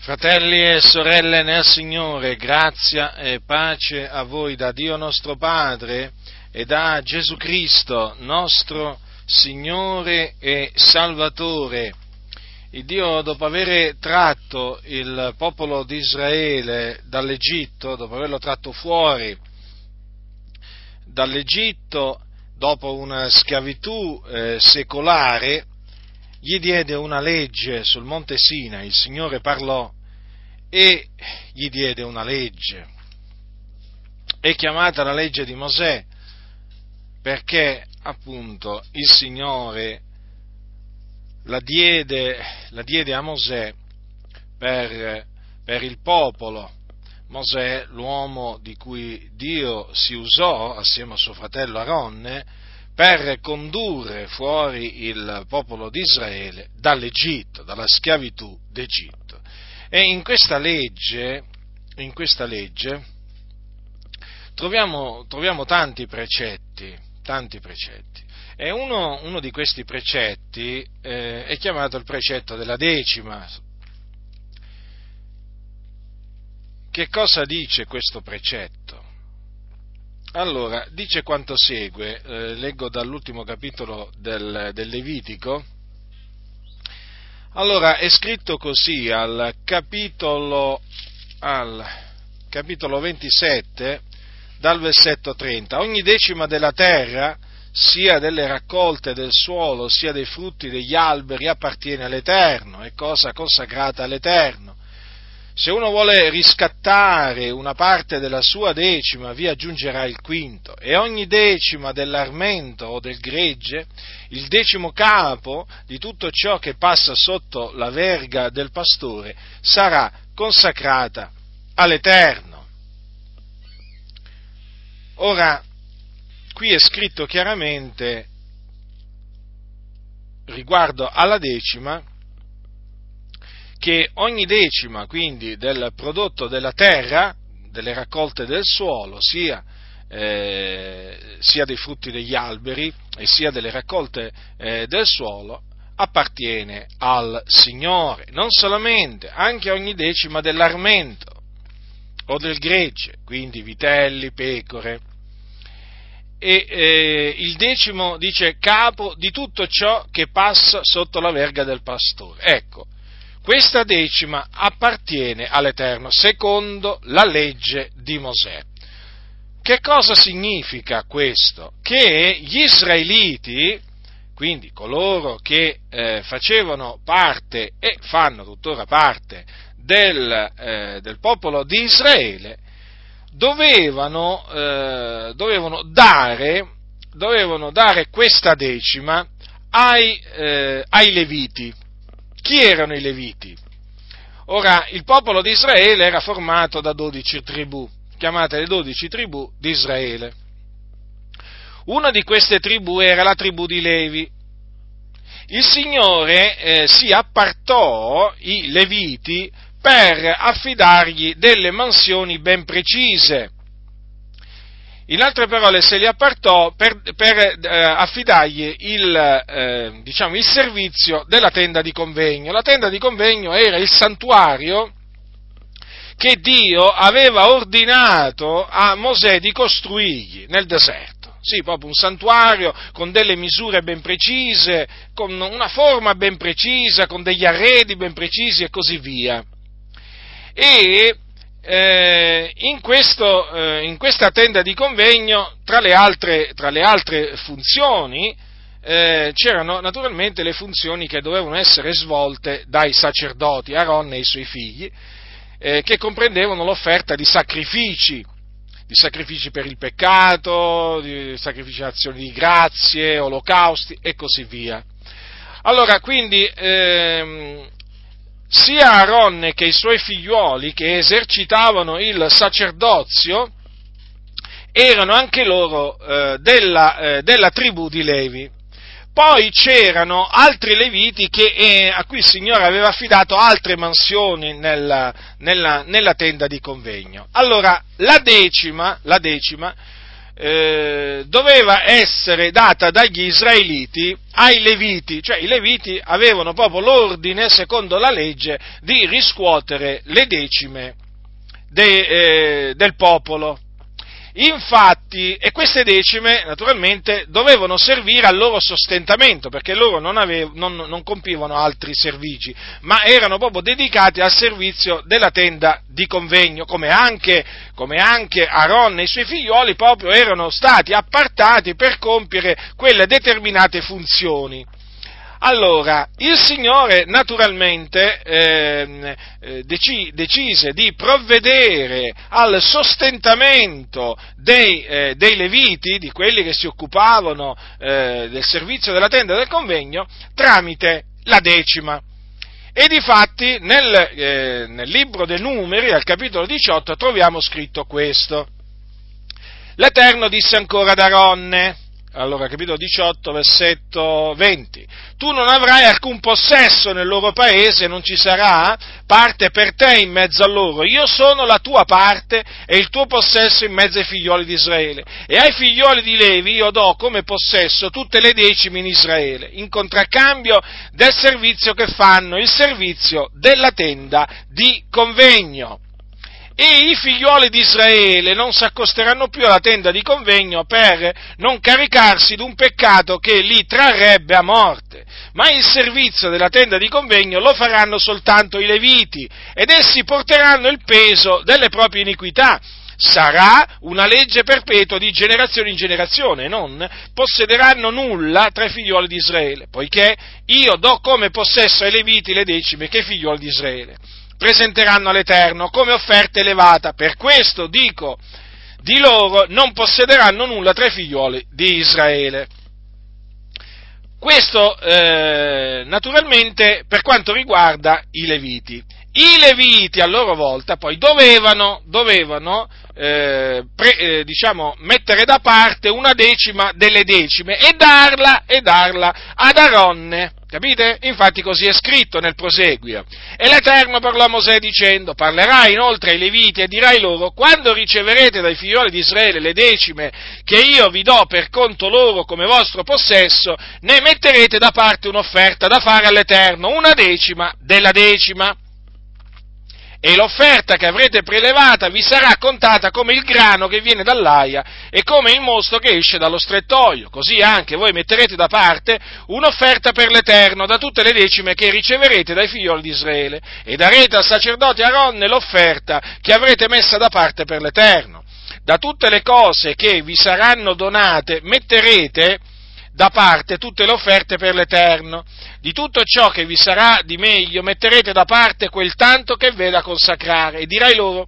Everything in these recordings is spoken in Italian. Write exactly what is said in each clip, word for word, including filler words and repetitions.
Fratelli e sorelle nel Signore, grazia e pace a voi da Dio nostro Padre e da Gesù Cristo, nostro Signore e Salvatore. Il Dio, dopo aver tratto il popolo di Israele dall'Egitto, dopo averlo tratto fuori dall'Egitto, dopo una schiavitù eh, secolare, gli diede una legge sul monte Sinai. Il Signore parlò e gli diede una legge. È chiamata la legge di Mosè perché appunto il Signore la diede, la diede a Mosè per, per il popolo. Mosè, l'uomo di cui Dio si usò assieme a suo fratello Aronne per condurre fuori il popolo di Israele dall'Egitto, dalla schiavitù d'Egitto. E in questa legge, in questa legge troviamo, troviamo tanti precetti, tanti precetti. E uno, uno di questi precetti eh, è chiamato il precetto della decima. Che cosa dice questo precetto? Allora, dice quanto segue, eh, leggo dall'ultimo capitolo del, del Levitico. Allora, è scritto così al capitolo, al capitolo ventisette, dal versetto trenta: ogni decima della terra, sia delle raccolte del suolo, sia dei frutti degli alberi, appartiene all'Eterno, è cosa consacrata all'Eterno. Se uno vuole riscattare una parte della sua decima, vi aggiungerà il quinto, e ogni decima dell'armento o del gregge, il decimo capo di tutto ciò che passa sotto la verga del pastore, sarà consacrata all'Eterno. Ora, qui è scritto chiaramente riguardo alla decima, che ogni decima, quindi, del prodotto della terra, delle raccolte del suolo, sia, eh, sia dei frutti degli alberi e sia delle raccolte eh, del suolo, appartiene al Signore. Non solamente, anche ogni decima dell'armento o del gregge, quindi vitelli, pecore. E eh, il decimo, dice, capo di tutto ciò che passa sotto la verga del pastore. Ecco, questa decima appartiene all'Eterno, secondo la legge di Mosè. Che cosa significa questo? Che gli israeliti, quindi coloro che eh, facevano parte e fanno tuttora parte del, eh, del popolo di Israele, dovevano, eh, dovevano, dare, dovevano dare questa decima ai, eh, ai Leviti. Chi erano i Leviti? Ora, il popolo di Israele era formato da dodici tribù, chiamate le dodici tribù di Israele. Una di queste tribù era la tribù di Levi. Il Signore eh, si appartò i Leviti per affidargli delle mansioni ben precise. In altre parole, se li appartò per, per eh, affidargli il, eh, diciamo, il servizio della tenda di convegno. La tenda di convegno era il santuario che Dio aveva ordinato a Mosè di costruirgli nel deserto. Sì, proprio un santuario con delle misure ben precise, con una forma ben precisa, con degli arredi ben precisi e così via. E Eh, in, questo, eh, in questa tenda di convegno, tra le altre, tra le altre funzioni, eh, c'erano naturalmente le funzioni che dovevano essere svolte dai sacerdoti, Aaron e i suoi figli, eh, che comprendevano l'offerta di sacrifici, di sacrifici per il peccato, di sacrifici di azioni di grazie, olocausti e così via. Allora, quindi, ehm, sia Aaron che i suoi figliuoli che esercitavano il sacerdozio erano anche loro eh, della, eh, della tribù di Levi. Poi c'erano altri Leviti che, eh, a cui il Signore aveva affidato altre mansioni nella, nella, nella tenda di convegno. Allora, la decima, la decima eh, doveva essere data dagli israeliti ai leviti, cioè i leviti avevano proprio l'ordine, secondo la legge, di riscuotere le decime de, eh, del popolo. Infatti, e queste decime, naturalmente, dovevano servire al loro sostentamento, perché loro non, avev- non, non compivano altri servigi, ma erano proprio dedicati al servizio della tenda di convegno, come anche, come anche Aaron e i suoi figlioli proprio erano stati appartati per compiere quelle determinate funzioni. Allora, il Signore naturalmente eh, eh, deci, decise di provvedere al sostentamento dei, eh, dei Leviti, di quelli che si occupavano eh, del servizio della tenda del convegno, tramite la decima. E difatti nel, eh, nel libro dei Numeri, al capitolo diciotto, troviamo scritto questo. L'Eterno disse ancora ad Aronne, allora capitolo diciotto, versetto venti, tu non avrai alcun possesso nel loro paese, non ci sarà parte per te in mezzo a loro, io sono la tua parte e il tuo possesso in mezzo ai figlioli di Israele, e ai figlioli di Levi io do come possesso tutte le decime in Israele, in contraccambio del servizio che fanno, il servizio della tenda di convegno. E i figlioli di Israele non si accosteranno più alla tenda di convegno per non caricarsi di un peccato che li trarrebbe a morte, ma il servizio della tenda di convegno lo faranno soltanto i Leviti, ed essi porteranno il peso delle proprie iniquità. Sarà una legge perpetua di generazione in generazione, non possederanno nulla tra i figlioli di Israele, poiché io do come possesso ai Leviti le decime che i figlioli di Israele presenteranno all'Eterno come offerta elevata, per questo dico di loro non possederanno nulla tra i figlioli di Israele. Questo eh, naturalmente per quanto riguarda i Leviti. I Leviti a loro volta poi dovevano, dovevano eh, pre, eh, diciamo, mettere da parte una decima delle decime e darla, e darla ad Aronne, capite? Infatti così è scritto nel proseguio. E l'Eterno parlò a Mosè dicendo, parlerai inoltre ai Leviti e dirai loro, quando riceverete dai figlioli di Israele le decime che io vi do per conto loro come vostro possesso, ne metterete da parte un'offerta da fare all'Eterno, una decima della decima. E l'offerta che avrete prelevata vi sarà contata come il grano che viene dall'aia e come il mosto che esce dallo strettoio. Così anche voi metterete da parte un'offerta per l'Eterno da tutte le decime che riceverete dai figlioli di Israele, e darete al sacerdote Aronne l'offerta che avrete messa da parte per l'Eterno. Da tutte le cose che vi saranno donate metterete da parte tutte le offerte per l'Eterno. Di tutto ciò che vi sarà di meglio metterete da parte quel tanto che v'è da consacrare, e dirai loro,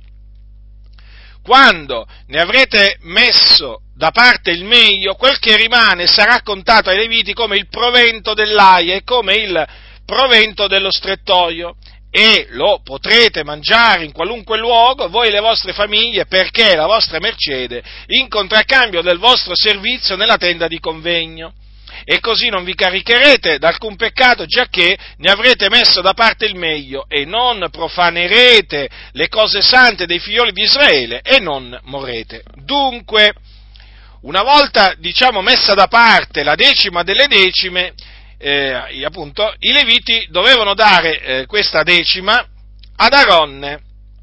quando ne avrete messo da parte il meglio, quel che rimane sarà contato ai Leviti come il provento dell'aia e come il provento dello strettoio, e lo potrete mangiare in qualunque luogo, voi e le vostre famiglie, perché è la vostra mercede, in contraccambio del vostro servizio nella tenda di convegno. E così non vi caricherete d'alcun peccato, giacché ne avrete messo da parte il meglio, e non profanerete le cose sante dei figlioli di Israele, e non morrete. Dunque, una volta, diciamo, messa da parte la decima delle decime, Eh, appunto, i Leviti dovevano dare eh, questa decima ad Aronne.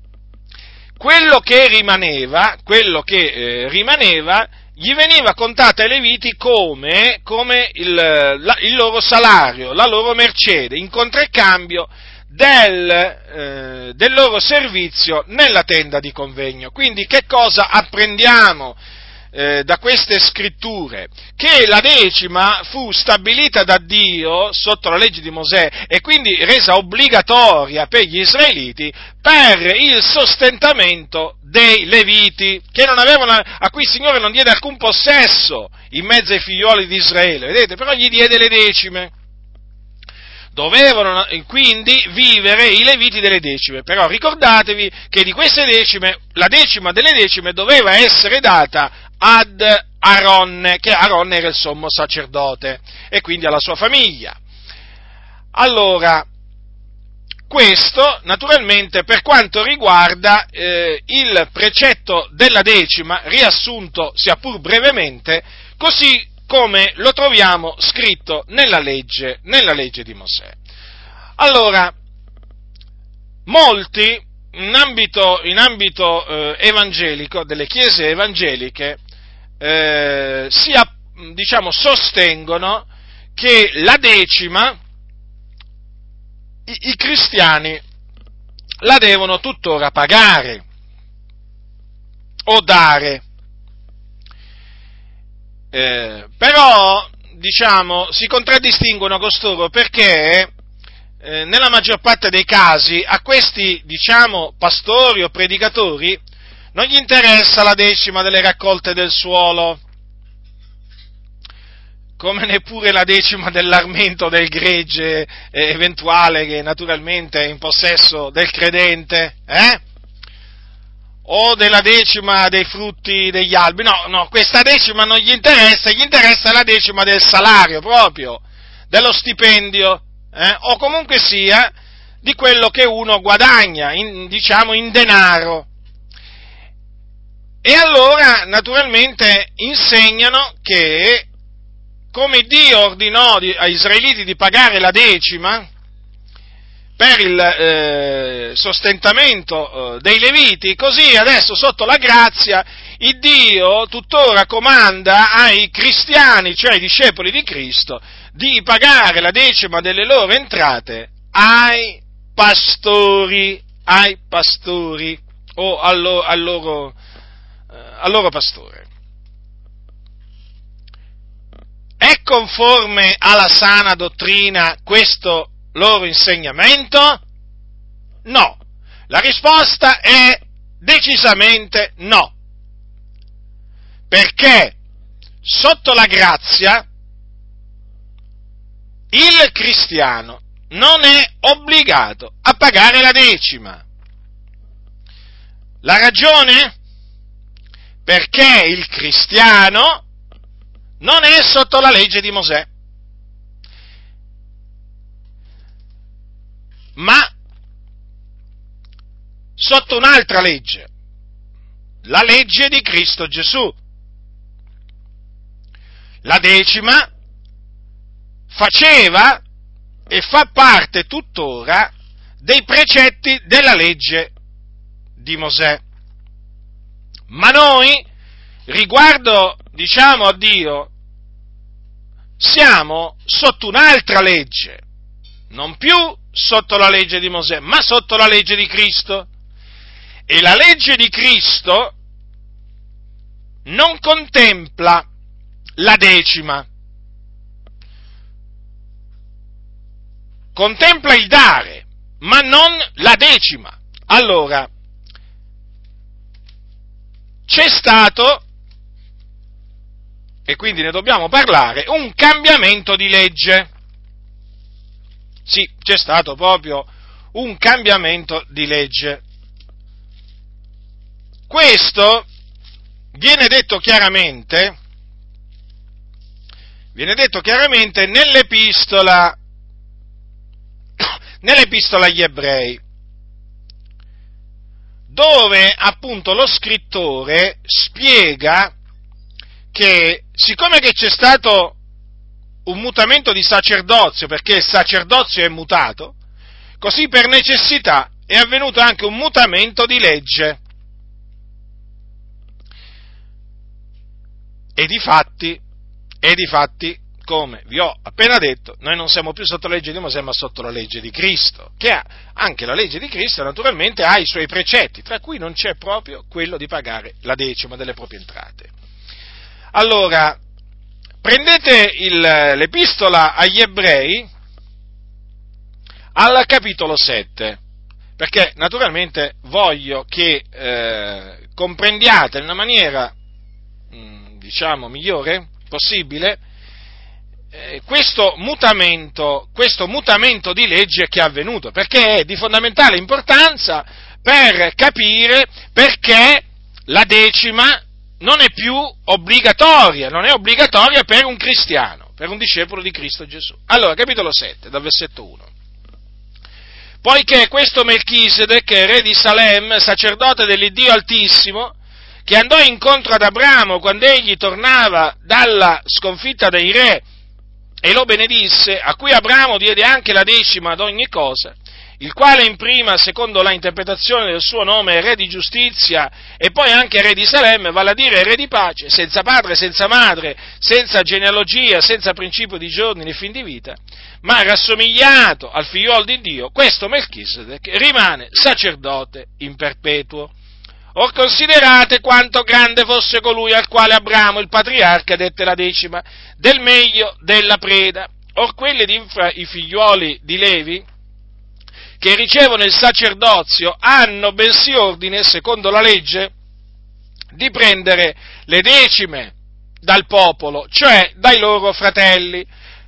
Quello che rimaneva, quello che eh, rimaneva, gli veniva contato ai Leviti come, come il, la, il loro salario, la loro mercede, in contraccambio del, eh, del loro servizio nella tenda di convegno. Quindi che cosa apprendiamo Eh, da queste scritture? Che la decima fu stabilita da Dio sotto la legge di Mosè e quindi resa obbligatoria per gli israeliti per il sostentamento dei Leviti, che non avevano, a cui il Signore non diede alcun possesso in mezzo ai figlioli di Israele, vedete, però gli diede le decime. Dovevano quindi vivere i Leviti delle decime, però ricordatevi che di queste decime, la decima delle decime doveva essere data ad Aronne, che Aronne era il sommo sacerdote, e quindi alla sua famiglia. Allora, questo, naturalmente, per quanto riguarda eh, il precetto della decima, riassunto sia pur brevemente, così come lo troviamo scritto nella legge, nella legge di Mosè. Allora, molti in ambito, in ambito eh, evangelico, delle chiese evangeliche, eh, si, diciamo, sostengono che la decima i, i cristiani la devono tuttora pagare o dare. Eh, però, diciamo, si contraddistinguono costoro perché eh, nella maggior parte dei casi a questi, diciamo, pastori o predicatori non gli interessa la decima delle raccolte del suolo, come neppure la decima dell'armento del gregge eh, eventuale che naturalmente è in possesso del credente, eh? O della decima dei frutti degli alberi. No, no, questa decima non gli interessa, gli interessa la decima del salario proprio, dello stipendio, eh? O comunque sia di quello che uno guadagna, in, diciamo in denaro. E allora, naturalmente, insegnano che, come Dio ordinò agli israeliti di pagare la decima per il eh, sostentamento eh, dei Leviti, così adesso sotto la grazia il Dio tuttora comanda ai cristiani, cioè ai discepoli di Cristo, di pagare la decima delle loro entrate ai pastori, ai pastori o al loro, al loro, eh, al loro pastore. È conforme alla sana dottrina questo loro insegnamento? No. La risposta è decisamente no. Perché sotto la grazia il cristiano non è obbligato a pagare la decima. La ragione? Perché il cristiano non è sotto la legge di Mosè, ma sotto un'altra legge, la legge di Cristo Gesù. La decima faceva e fa parte tuttora dei precetti della legge di Mosè. Ma noi, riguardo, diciamo, a Dio, siamo sotto un'altra legge, non più sotto la legge di Mosè, ma sotto la legge di Cristo. E la legge di Cristo non contempla la decima, contempla il dare, ma non la decima. Allora, c'è stato, e quindi ne dobbiamo parlare, un cambiamento di legge. Sì, c'è stato proprio un cambiamento di legge. Questo viene detto chiaramente, viene detto chiaramente nell'epistola, nell'epistola agli Ebrei, dove appunto lo scrittore spiega che siccome che c'è stato un mutamento di sacerdozio, perché il sacerdozio è mutato, così per necessità è avvenuto anche un mutamento di legge. E difatti, e difatti, come vi ho appena detto, noi non siamo più sotto la legge di Mosè, ma sotto la legge di Cristo, che ha, anche la legge di Cristo naturalmente ha i suoi precetti, tra cui non c'è proprio quello di pagare la decima delle proprie entrate. Allora, prendete il, l'epistola agli Ebrei al capitolo sette, perché naturalmente voglio che eh, comprendiate in una maniera, mh, diciamo, migliore possibile eh, questo mutamento, questo mutamento di legge che è avvenuto, perché è di fondamentale importanza per capire perché la decima non è più obbligatoria, non è obbligatoria per un cristiano, per un discepolo di Cristo Gesù. Allora, capitolo sette, dal versetto uno. poiché questo Melchisedec, re di Salem, sacerdote dell'Iddio Altissimo, che andò incontro ad Abramo quando egli tornava dalla sconfitta dei re e lo benedisse, a cui Abramo diede anche la decima ad ogni cosa, il quale in prima, secondo la interpretazione del suo nome, è re di giustizia e poi anche re di Salem, vale a dire re di pace, senza padre, senza madre, senza genealogia, senza principio di giorni né fin di vita, ma rassomigliato al figliuolo di Dio, questo Melchisedec rimane sacerdote in perpetuo. Or considerate quanto grande fosse colui al quale Abramo, il patriarca, dette la decima del meglio della preda. Or quelli di infra i figliuoli di Levi, che ricevono il sacerdozio, hanno bensì ordine, secondo la legge, di prendere le decime dal popolo, cioè dai loro fratelli,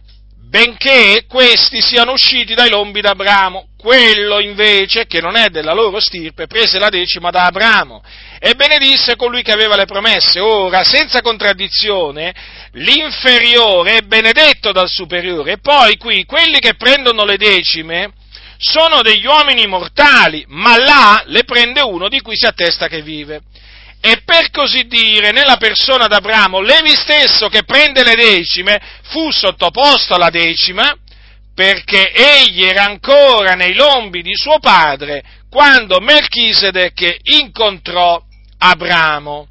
benché questi siano usciti dai lombi d'Abramo. Quello invece, che non è della loro stirpe, prese la decima da Abramo e benedisse colui che aveva le promesse. Ora, senza contraddizione, l'inferiore è benedetto dal superiore. E poi qui, quelli che prendono le decime sono degli uomini mortali, ma là le prende uno di cui si attesta che vive. E per così dire, nella persona d'Abramo, Levi stesso che prende le decime fu sottoposto alla decima, perché egli era ancora nei lombi di suo padre quando Melchisedec incontrò Abramo.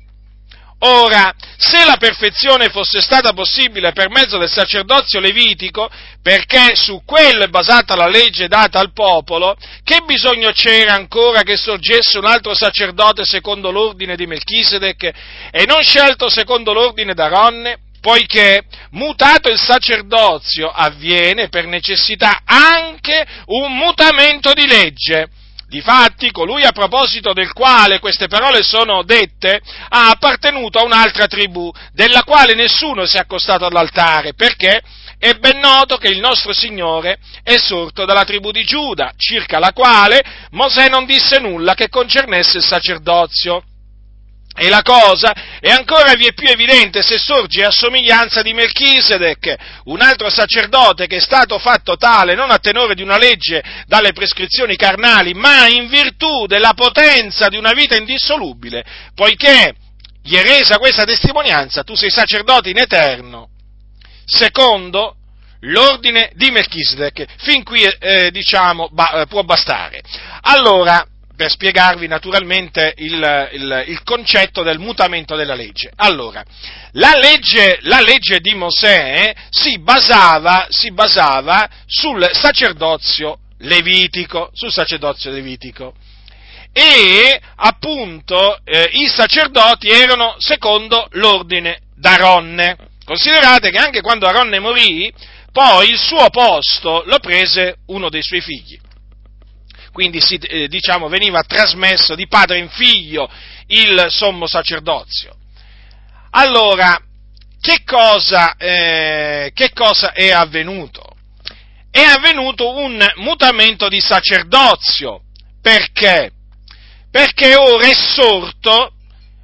Ora, se la perfezione fosse stata possibile per mezzo del sacerdozio levitico, perché su quello è basata la legge data al popolo, che bisogno c'era ancora che sorgesse un altro sacerdote secondo l'ordine di Melchisedec e non scelto secondo l'ordine d'Aaronne? Poiché, mutato il sacerdozio, avviene per necessità anche un mutamento di legge. Difatti, colui a proposito del quale queste parole sono dette ha appartenuto a un'altra tribù, della quale nessuno si è accostato all'altare, perché è ben noto che il nostro Signore è sorto dalla tribù di Giuda, circa la quale Mosè non disse nulla che concernesse il sacerdozio. E la cosa è ancora vie più evidente se sorge a somiglianza di Melchisedec, un altro sacerdote che è stato fatto tale non a tenore di una legge dalle prescrizioni carnali, ma in virtù della potenza di una vita indissolubile, poiché gli è resa questa testimonianza: tu sei sacerdote in eterno, secondo l'ordine di Melchisedec. Fin qui, eh, diciamo, ba- può bastare. Allora, per spiegarvi naturalmente il, il, il concetto del mutamento della legge. Allora, la legge, la legge di Mosè si basava, si basava sul sacerdozio levitico, sul sacerdozio levitico. E appunto eh, i sacerdoti erano secondo l'ordine d'Aaronne. Considerate che anche quando Aaronne morì, poi il suo posto lo prese uno dei suoi figli. Quindi si, eh, diciamo, veniva trasmesso di padre in figlio il sommo sacerdozio. Allora, che cosa, eh, che cosa è avvenuto? È avvenuto un mutamento di sacerdozio. Perché? Perché ora è sorto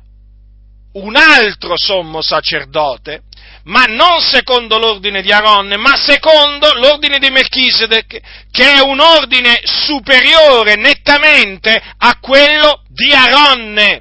un altro sommo sacerdote, ma non secondo l'ordine di Aaronne, ma secondo l'ordine di Melchisedec, che è un ordine superiore nettamente a quello di Aaronne.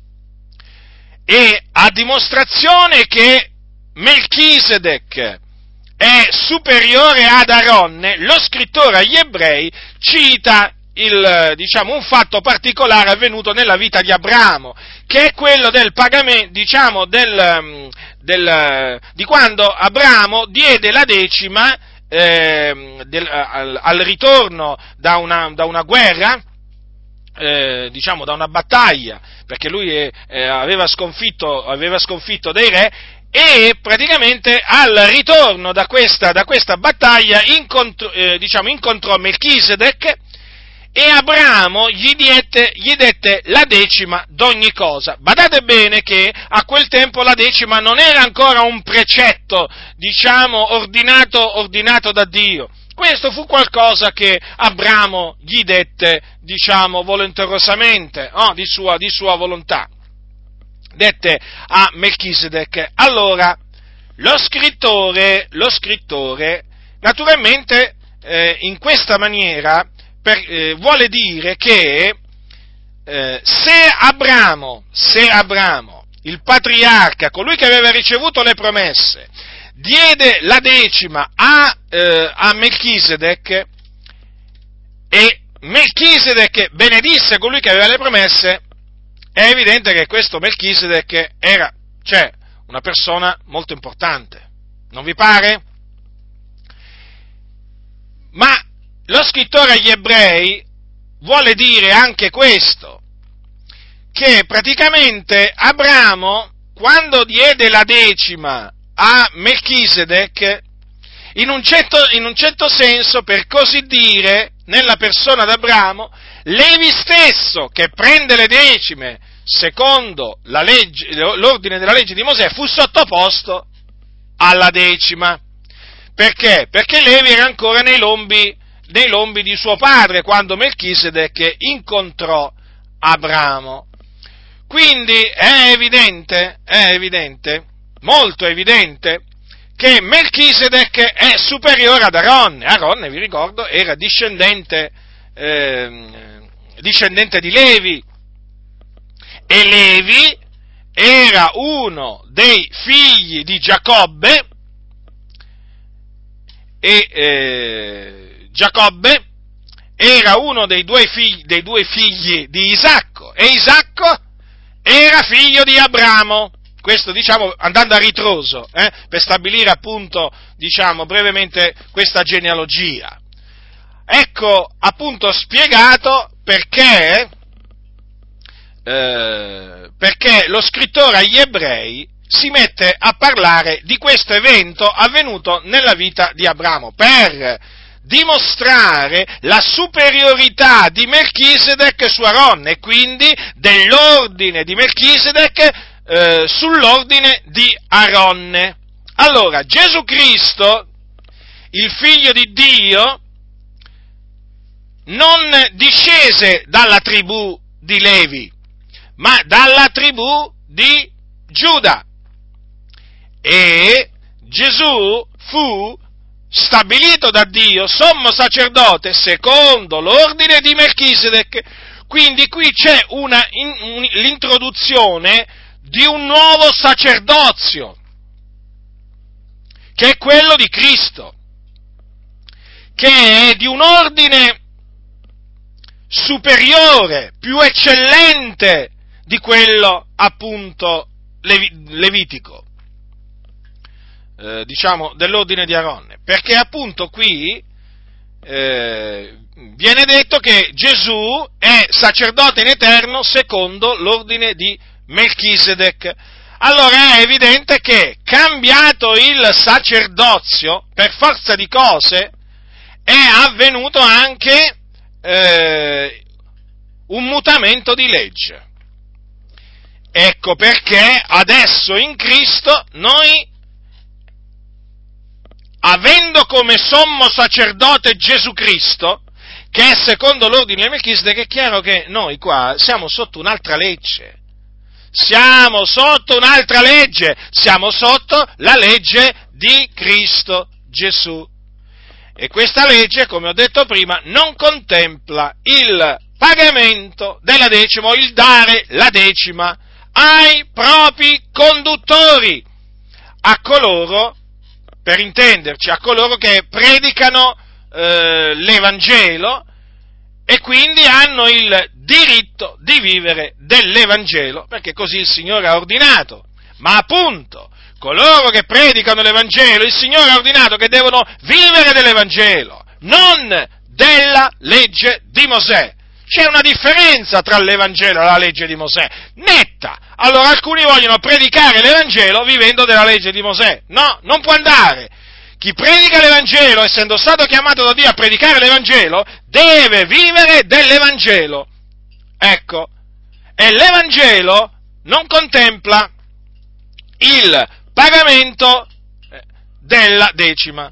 E a dimostrazione che Melchisedec è superiore ad Aaronne, lo scrittore agli Ebrei cita il, diciamo, un fatto particolare avvenuto nella vita di Abramo, che è quello del pagamento, diciamo, del, del, di quando Abramo diede la decima eh, del, al, al ritorno da una, da una guerra, eh, diciamo da una battaglia, perché lui eh, aveva sconfitto, aveva sconfitto dei re, e praticamente al ritorno da questa, da questa battaglia incontro, eh, diciamo, incontrò Melchisedec, e Abramo gli, diette, gli dette la decima d'ogni cosa. Badate bene che a quel tempo la decima non era ancora un precetto, diciamo, ordinato, ordinato da Dio. Questo fu qualcosa che Abramo gli dette, diciamo, volenterosamente, oh, di sua, di sua volontà. Dette a Melchisedec. Allora, lo scrittore, lo scrittore, naturalmente, eh, in questa maniera, per, eh, vuole dire che eh, se Abramo, se Abramo, il patriarca, colui che aveva ricevuto le promesse, diede la decima a, eh, a Melchisedec, e Melchisedec benedisse colui che aveva le promesse, è evidente che questo Melchisedec era, cioè, una persona molto importante. Non vi pare? Ma lo scrittore agli Ebrei vuole dire anche questo, che praticamente Abramo, quando diede la decima a Melchisedec, in un certo, in un certo senso, per così dire, nella persona d'Abramo, Levi stesso, che prende le decime secondo la legge, l'ordine della legge di Mosè, fu sottoposto alla decima. Perché? Perché Levi era ancora nei lombi, nei lombi di suo padre quando Melchisedec incontrò Abramo. Quindi è evidente, è evidente, molto evidente, che Melchisedec è superiore ad Aronne. Aronne, vi ricordo, era discendente, eh, discendente di Levi, e Levi era uno dei figli di Giacobbe, e eh, Giacobbe era uno dei due, figli, dei due figli di Isacco, e Isacco era figlio di Abramo. Questo, diciamo, andando a ritroso, eh, per stabilire appunto, diciamo, brevemente questa genealogia. Ecco appunto spiegato perché, eh, perché lo scrittore agli Ebrei si mette a parlare di questo evento avvenuto nella vita di Abramo, per dimostrare la superiorità di Melchisedec su Aronne, e quindi dell'ordine di Melchisedec Eh, sull'ordine di Aronne. Allora, Gesù Cristo, il figlio di Dio, non discese dalla tribù di Levi, ma dalla tribù di Giuda, e Gesù fu stabilito da Dio sommo sacerdote secondo l'ordine di Melchisedec. Quindi qui c'è una, in, un, l'introduzione di un nuovo sacerdozio, che è quello di Cristo, che è di un ordine superiore, più eccellente di quello appunto levi, levitico, eh, diciamo dell'ordine di Aronne, perché appunto qui eh, viene detto che Gesù è sacerdote in eterno secondo l'ordine di Melchisedec. Allora è evidente che, cambiato il sacerdozio, per forza di cose, è avvenuto anche eh, un mutamento di legge. Ecco perché adesso in Cristo noi, avendo come sommo sacerdote Gesù Cristo, che è secondo l'ordine di Melchisedec, è chiaro che noi qua siamo sotto un'altra legge. Siamo sotto un'altra legge, siamo sotto la legge di Cristo Gesù. E questa legge, come ho detto prima, non contempla il pagamento della decima, o il dare la decima ai propri conduttori, a coloro, per intenderci, a coloro che predicano eh, l'Evangelo, e quindi hanno il diritto di vivere dell'Evangelo, perché così il Signore ha ordinato. Ma appunto, coloro che predicano l'Evangelo, il Signore ha ordinato che devono vivere dell'Evangelo, non della legge di Mosè. C'è una differenza tra l'Evangelo e la legge di Mosè, netta. Allora alcuni vogliono predicare l'Evangelo vivendo della legge di Mosè. No, non può andare. Chi predica l'Evangelo, essendo stato chiamato da Dio a predicare l'Evangelo, deve vivere dell'Evangelo. Ecco, e l'Evangelo non contempla il pagamento della decima.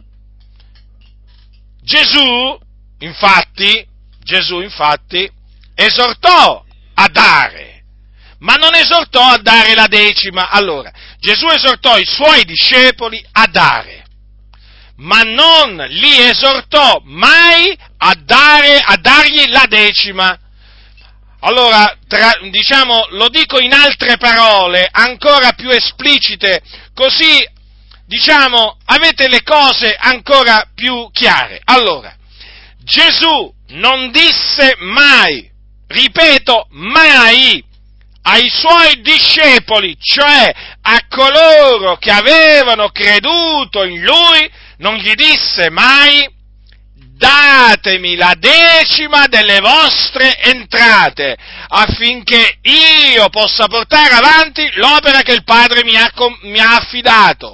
Gesù, infatti, Gesù, infatti, esortò a dare, ma non esortò a dare la decima. Allora, Gesù esortò i suoi discepoli a dare, ma non li esortò mai a dare, a dargli la decima. Allora, tra, diciamo, lo dico in altre parole, ancora più esplicite, così, diciamo, avete le cose ancora più chiare. Allora, Gesù non disse mai, ripeto, mai, ai suoi discepoli, cioè a coloro che avevano creduto in Lui, non gli disse mai: datemi la decima delle vostre entrate, affinché io possa portare avanti l'opera che il Padre mi ha, mi ha affidato.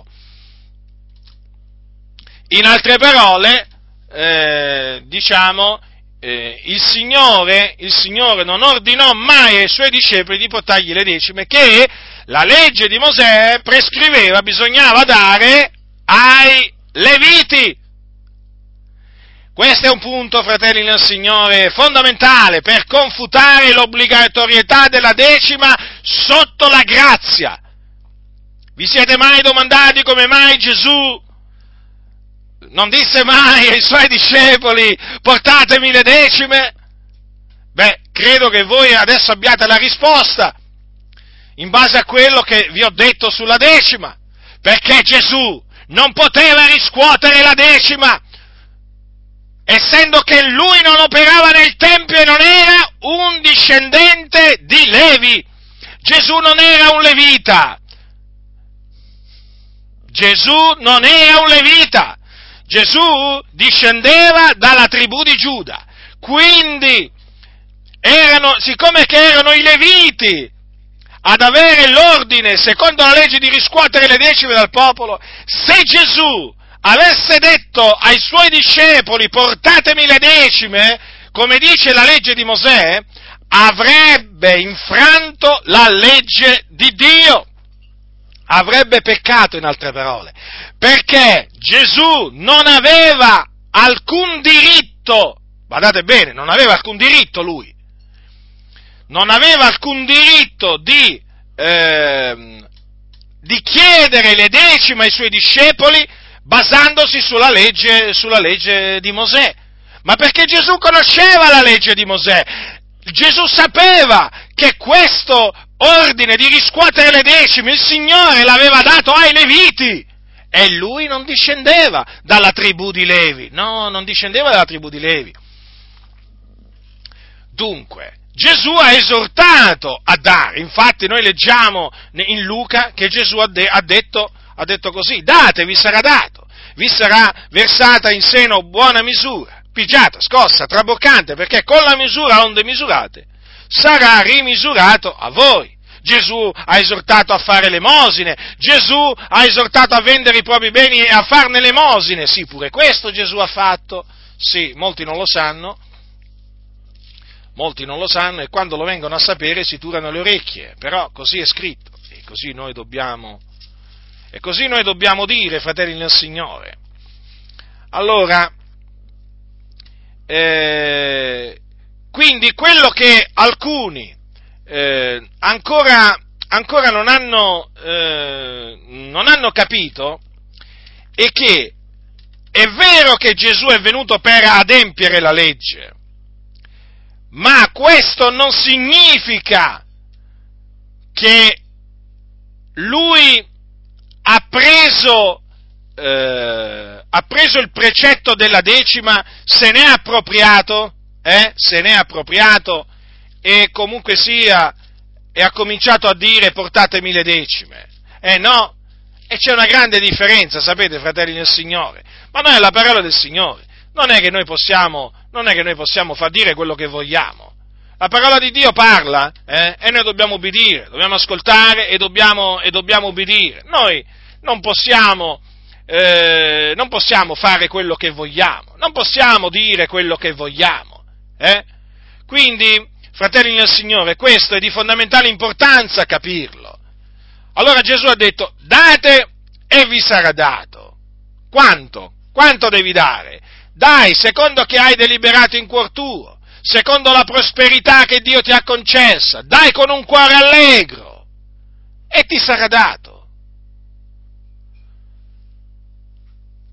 In altre parole, eh, diciamo, eh, il Signore, il Signore non ordinò mai ai Suoi discepoli di portargli le decime che la legge di Mosè prescriveva, bisognava dare ai Leviti. Questo è un punto, fratelli nel Signore, fondamentale per confutare l'obbligatorietà della decima sotto la grazia. Vi siete mai domandati come mai Gesù non disse mai ai Suoi discepoli: portatemi le decime? Beh, credo che voi adesso abbiate la risposta, in base a quello che vi ho detto sulla decima, perché Gesù non poteva riscuotere la decima, essendo che lui non operava nel Tempio e non era un discendente di Levi. Gesù non era un levita. Gesù non era un levita. Gesù discendeva dalla tribù di Giuda. Quindi, erano, siccome che erano i leviti ad avere l'ordine, secondo la legge, di riscuotere le decime dal popolo, se Gesù avesse detto ai Suoi discepoli: portatemi le decime, come dice la legge di Mosè, avrebbe infranto la legge di Dio, avrebbe peccato, in altre parole, perché Gesù non aveva alcun diritto, guardate bene, non aveva alcun diritto lui, non aveva alcun diritto di, eh, di chiedere le decime ai Suoi discepoli basandosi sulla legge, sulla legge di Mosè. Ma perché Gesù conosceva la legge di Mosè? Gesù sapeva che questo ordine di riscuotere le decime il Signore l'aveva dato ai Leviti, e lui non discendeva dalla tribù di Levi. No, non discendeva dalla tribù di Levi. Dunque, Gesù ha esortato a dare. Infatti noi leggiamo in Luca che Gesù ha, de- ha detto ha detto così: date, vi sarà dato, vi sarà versata in seno buona misura, pigiata, scossa, traboccante, perché con la misura onde misurate sarà rimisurato a voi. Gesù ha esortato a fare l'emosine, Gesù ha esortato a vendere i propri beni e a farne l'emosine. Sì, pure questo Gesù ha fatto. Sì, molti non lo sanno, molti non lo sanno e quando lo vengono a sapere si turano le orecchie, però così è scritto e così noi dobbiamo E così noi dobbiamo dire, fratelli nel Signore. Allora, eh, quindi quello che alcuni eh, ancora, ancora non hanno, eh, non hanno capito è che è vero che Gesù è venuto per adempiere la legge, ma questo non significa che Lui ha preso, eh, ha preso il precetto della decima, se ne è appropriato, eh, se ne è appropriato e comunque sia, e ha cominciato a dire: portatemi le decime. Eh no, e c'è una grande differenza, sapete, fratelli del Signore, ma noi è la parola del Signore, non è che noi possiamo, non è che noi possiamo far dire quello che vogliamo. La parola di Dio parla, eh, e noi dobbiamo ubbidire, dobbiamo ascoltare e dobbiamo, e dobbiamo ubbidire. Noi non possiamo, eh, non possiamo fare quello che vogliamo, non possiamo dire quello che vogliamo. Eh? Quindi, fratelli del Signore, questo è di fondamentale importanza capirlo. Allora Gesù ha detto: date e vi sarà dato. Quanto? Quanto devi dare? Dai, secondo che hai deliberato in cuor tuo, secondo la prosperità che Dio ti ha concessa, dai con un cuore allegro e ti sarà dato.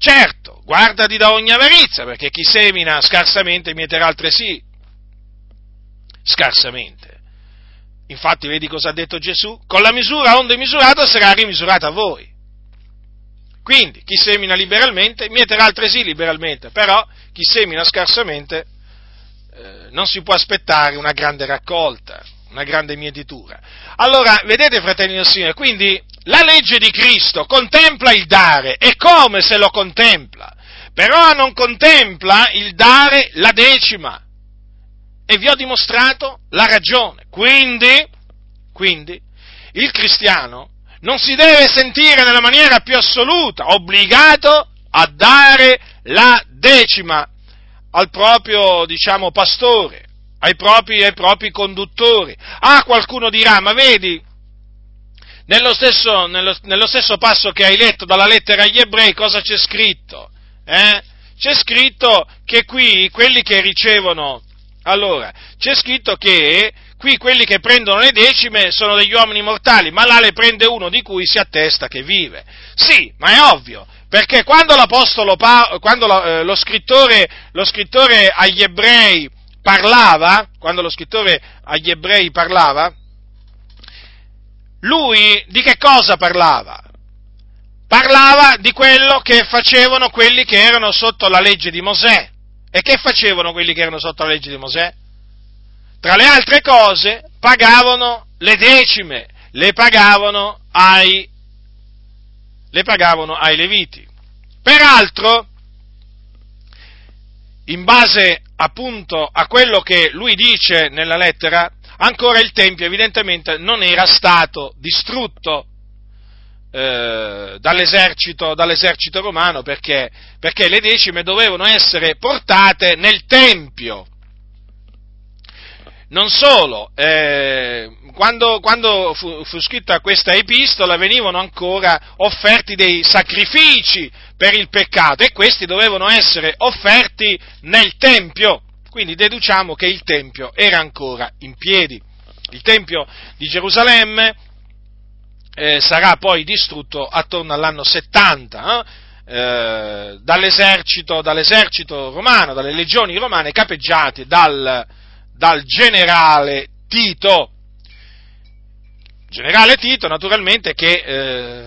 Certo, guardati da ogni avarizia, perché chi semina scarsamente mieterà altresì scarsamente. Infatti, vedi cosa ha detto Gesù? Con la misura onde misurata sarà rimisurata a voi. Quindi, chi semina liberalmente mieterà altresì liberalmente, però chi semina scarsamente eh, non si può aspettare una grande raccolta, una grande mietitura. Allora, vedete, fratelli del Signore, quindi la legge di Cristo contempla il dare, e come se lo contempla, però non contempla il dare la decima, e vi ho dimostrato la ragione. Quindi, quindi, il cristiano non si deve sentire nella maniera più assoluta obbligato a dare la decima al proprio, diciamo, pastore, ai propri, ai propri conduttori. Ah, qualcuno dirà, ma vedi, nello stesso, nello, nello stesso passo che hai letto dalla lettera agli ebrei, cosa c'è scritto? Eh? C'è scritto che qui quelli che ricevono, allora, c'è scritto che qui quelli che prendono le decime sono degli uomini mortali, ma là le prende uno di cui si attesta che vive. Sì, ma è ovvio, perché quando l'apostolo pa- quando lo, eh, lo scrittore, lo scrittore agli ebrei parlava, quando lo scrittore agli ebrei parlava, lui di che cosa parlava? Parlava di quello che facevano quelli che erano sotto la legge di Mosè. E che facevano quelli che erano sotto la legge di Mosè? Tra le altre cose, pagavano le decime, le pagavano ai, le pagavano ai Leviti. Peraltro, in base appunto a quello che lui dice nella lettera, ancora il Tempio evidentemente non era stato distrutto eh, dall'esercito, dall'esercito romano, perché, perché le decime dovevano essere portate nel Tempio. Non solo, eh, quando, quando fu, fu scritta questa epistola venivano ancora offerti dei sacrifici per il peccato, e questi dovevano essere offerti nel Tempio, quindi deduciamo che il Tempio era ancora in piedi. Il Tempio di Gerusalemme eh, sarà poi distrutto attorno all'anno settanta, eh, eh, dall'esercito, dall'esercito romano, dalle legioni romane capeggiate dal, dal generale Tito. Generale Tito, naturalmente, che eh,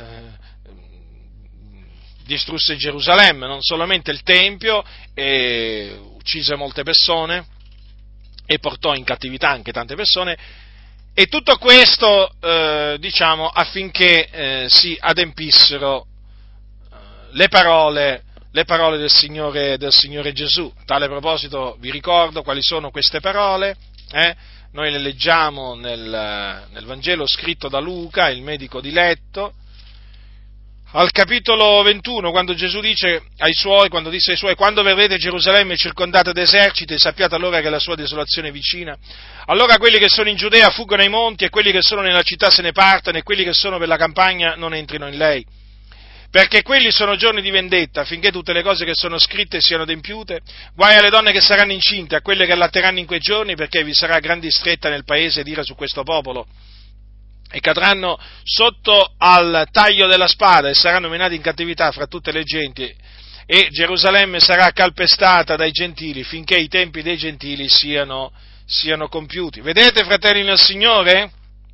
distrusse Gerusalemme, non solamente il Tempio, e uccise molte persone e portò in cattività anche tante persone, e tutto questo, eh, diciamo, affinché eh, si adempissero eh, le parole, le parole del Signore, del Signore Gesù. A tale proposito vi ricordo quali sono queste parole, eh? Noi le leggiamo nel, nel Vangelo scritto da Luca, il medico diletto, al capitolo ventuno, quando Gesù dice ai suoi, quando disse ai suoi: quando vedrete Gerusalemme circondata d'eserciti, sappiate allora che la sua desolazione è vicina. Allora quelli che sono in Giudea fuggono ai monti, e quelli che sono nella città se ne partano, e quelli che sono per la campagna non entrino in lei. Perché quelli sono giorni di vendetta, affinché tutte le cose che sono scritte siano adempiute. Guai alle donne che saranno incinte, a quelle che allatteranno in quei giorni, perché vi sarà gran distretta nel paese d'ira su questo popolo, e cadranno sotto al taglio della spada, e saranno menati in cattività fra tutte le genti, e Gerusalemme sarà calpestata dai gentili, finché i tempi dei gentili siano, siano compiuti. Vedete, fratelli nel Signore?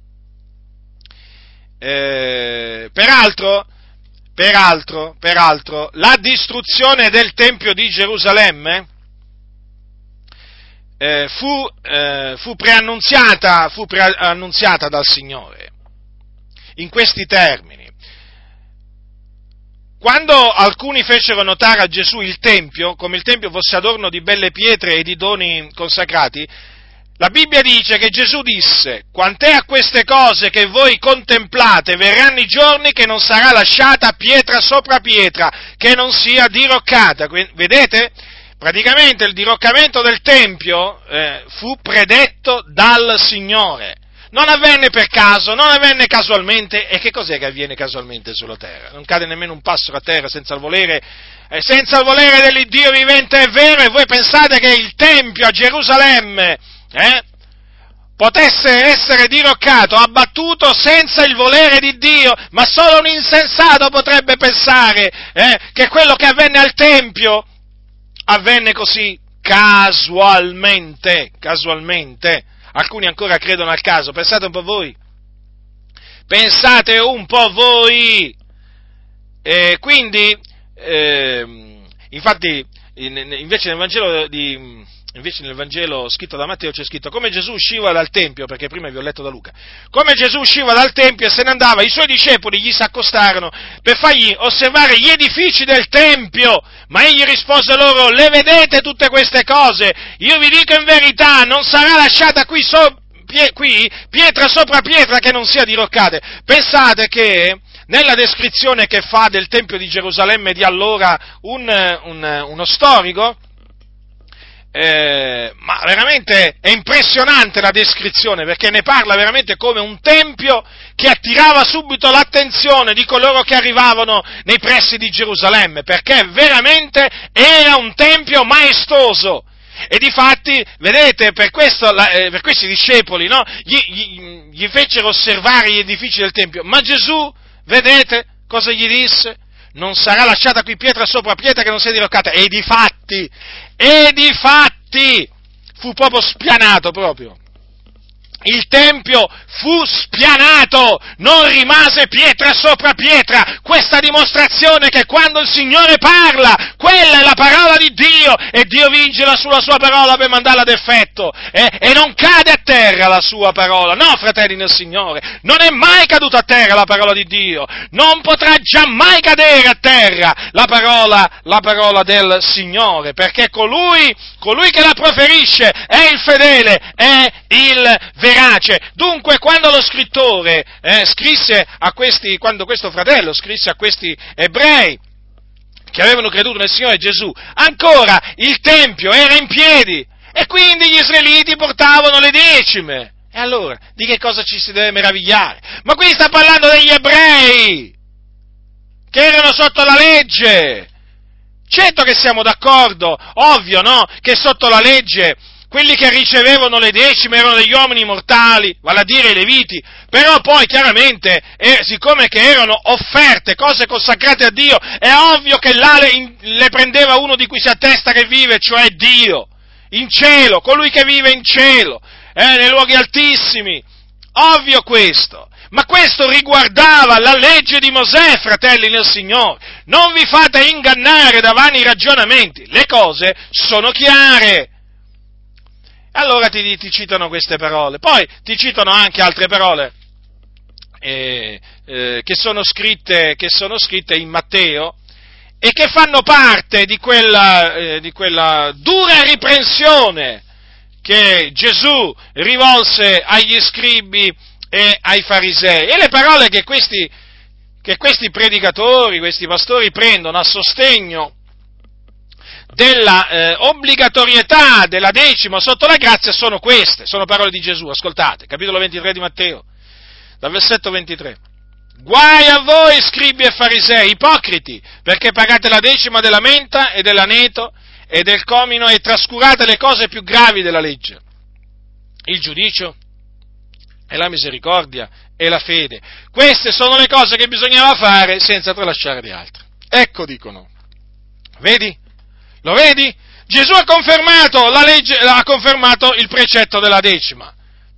Eh, peraltro, peraltro, peraltro, la distruzione del Tempio di Gerusalemme Eh, fu, eh, fu preannunziata, fu preannunziata dal Signore in questi termini. Quando alcuni fecero notare a Gesù il Tempio, come il Tempio fosse adorno di belle pietre e di doni consacrati, la Bibbia dice che Gesù disse: quant'è a queste cose che voi contemplate, verranno i giorni che non sarà lasciata pietra sopra pietra, che non sia diroccata. Vedete? Praticamente il diroccamento del Tempio eh, fu predetto dal Signore. Non avvenne per caso, non avvenne casualmente. E che cos'è che avviene casualmente sulla terra? Non cade nemmeno un passero a terra senza il volere, eh, senza il volere dell'Iddio vivente, è vero, e voi pensate che il Tempio a Gerusalemme eh, potesse essere diroccato, abbattuto senza il volere di Dio, ma solo un insensato potrebbe pensare eh, che quello che avvenne al Tempio avvenne così casualmente, casualmente. Alcuni ancora credono al caso, pensate un po' voi, pensate un po' voi, eh, quindi, eh, infatti, in, invece nel Vangelo di... Invece nel Vangelo scritto da Matteo c'è scritto come Gesù usciva dal Tempio, perché prima vi ho letto da Luca, come Gesù usciva dal Tempio e se ne andava, i suoi discepoli gli si accostarono per fargli osservare gli edifici del Tempio, ma egli rispose loro, le vedete tutte queste cose? Io vi dico in verità, non sarà lasciata qui, so, pie, qui pietra sopra pietra che non sia diroccate. Pensate che nella descrizione che fa del Tempio di Gerusalemme di allora un, un, uno storico, Eh, ma veramente è impressionante la descrizione, perché ne parla veramente come un tempio che attirava subito l'attenzione di coloro che arrivavano nei pressi di Gerusalemme, perché veramente era un tempio maestoso. E difatti, vedete, per, questo, eh, per questi discepoli, no, gli, gli, gli fecero osservare gli edifici del tempio, ma Gesù, vedete, cosa gli disse? Non sarà lasciata qui pietra sopra pietra che non sia diroccata. E difatti, e difatti, fu proprio spianato proprio. Il Tempio fu spianato, non rimase pietra sopra pietra. Questa dimostrazione che quando il Signore parla, quella è la parola di Dio, e Dio vigila sulla sua parola per mandarla ad effetto, eh? E non cade a terra la sua parola. No, fratelli nel Signore, non è mai caduta a terra la parola di Dio, non potrà giammai cadere a terra la parola, la parola del Signore, perché colui, colui che la proferisce è il fedele, è il verace. Dunque, quando lo scrittore eh, scrisse a questi, quando questo fratello scrisse a questi ebrei che avevano creduto nel Signore Gesù, ancora il Tempio era in piedi e quindi gli israeliti portavano le decime. E allora, di che cosa ci si deve meravigliare? Ma qui sta parlando degli ebrei che erano sotto la legge. Certo che siamo d'accordo, ovvio, no? Che sotto la legge quelli che ricevevano le decime erano degli uomini mortali, vale a dire i Leviti, però poi chiaramente, eh, siccome che erano offerte, cose consacrate a Dio, è ovvio che là le, in, le prendeva uno di cui si attesta che vive, cioè Dio, in cielo, colui che vive in cielo, eh, nei luoghi altissimi, ovvio questo. Ma questo riguardava la legge di Mosè, fratelli nel Signore. Non vi fate ingannare da vani ragionamenti, le cose sono chiare. Allora ti, ti citano queste parole, poi ti citano anche altre parole eh, eh, che sono scritte, che sono scritte in Matteo e che fanno parte di quella, eh, di quella dura riprensione che Gesù rivolse agli scribi e ai farisei. E le parole che questi, che questi predicatori, questi pastori prendono a sostegno della eh, obbligatorietà della decima sotto la grazia sono queste, sono parole di Gesù, ascoltate, capitolo ventitré di Matteo, dal versetto ventitré. Guai a voi, scribi e farisei, ipocriti, perché pagate la decima della menta e dell'aneto e del comino e trascurate le cose più gravi della legge, il giudicio e la misericordia e la fede. Queste sono le cose che bisognava fare senza tralasciare di altre. Ecco, dicono, vedi? Lo vedi? Gesù ha confermato la legge, ha confermato il precetto della decima.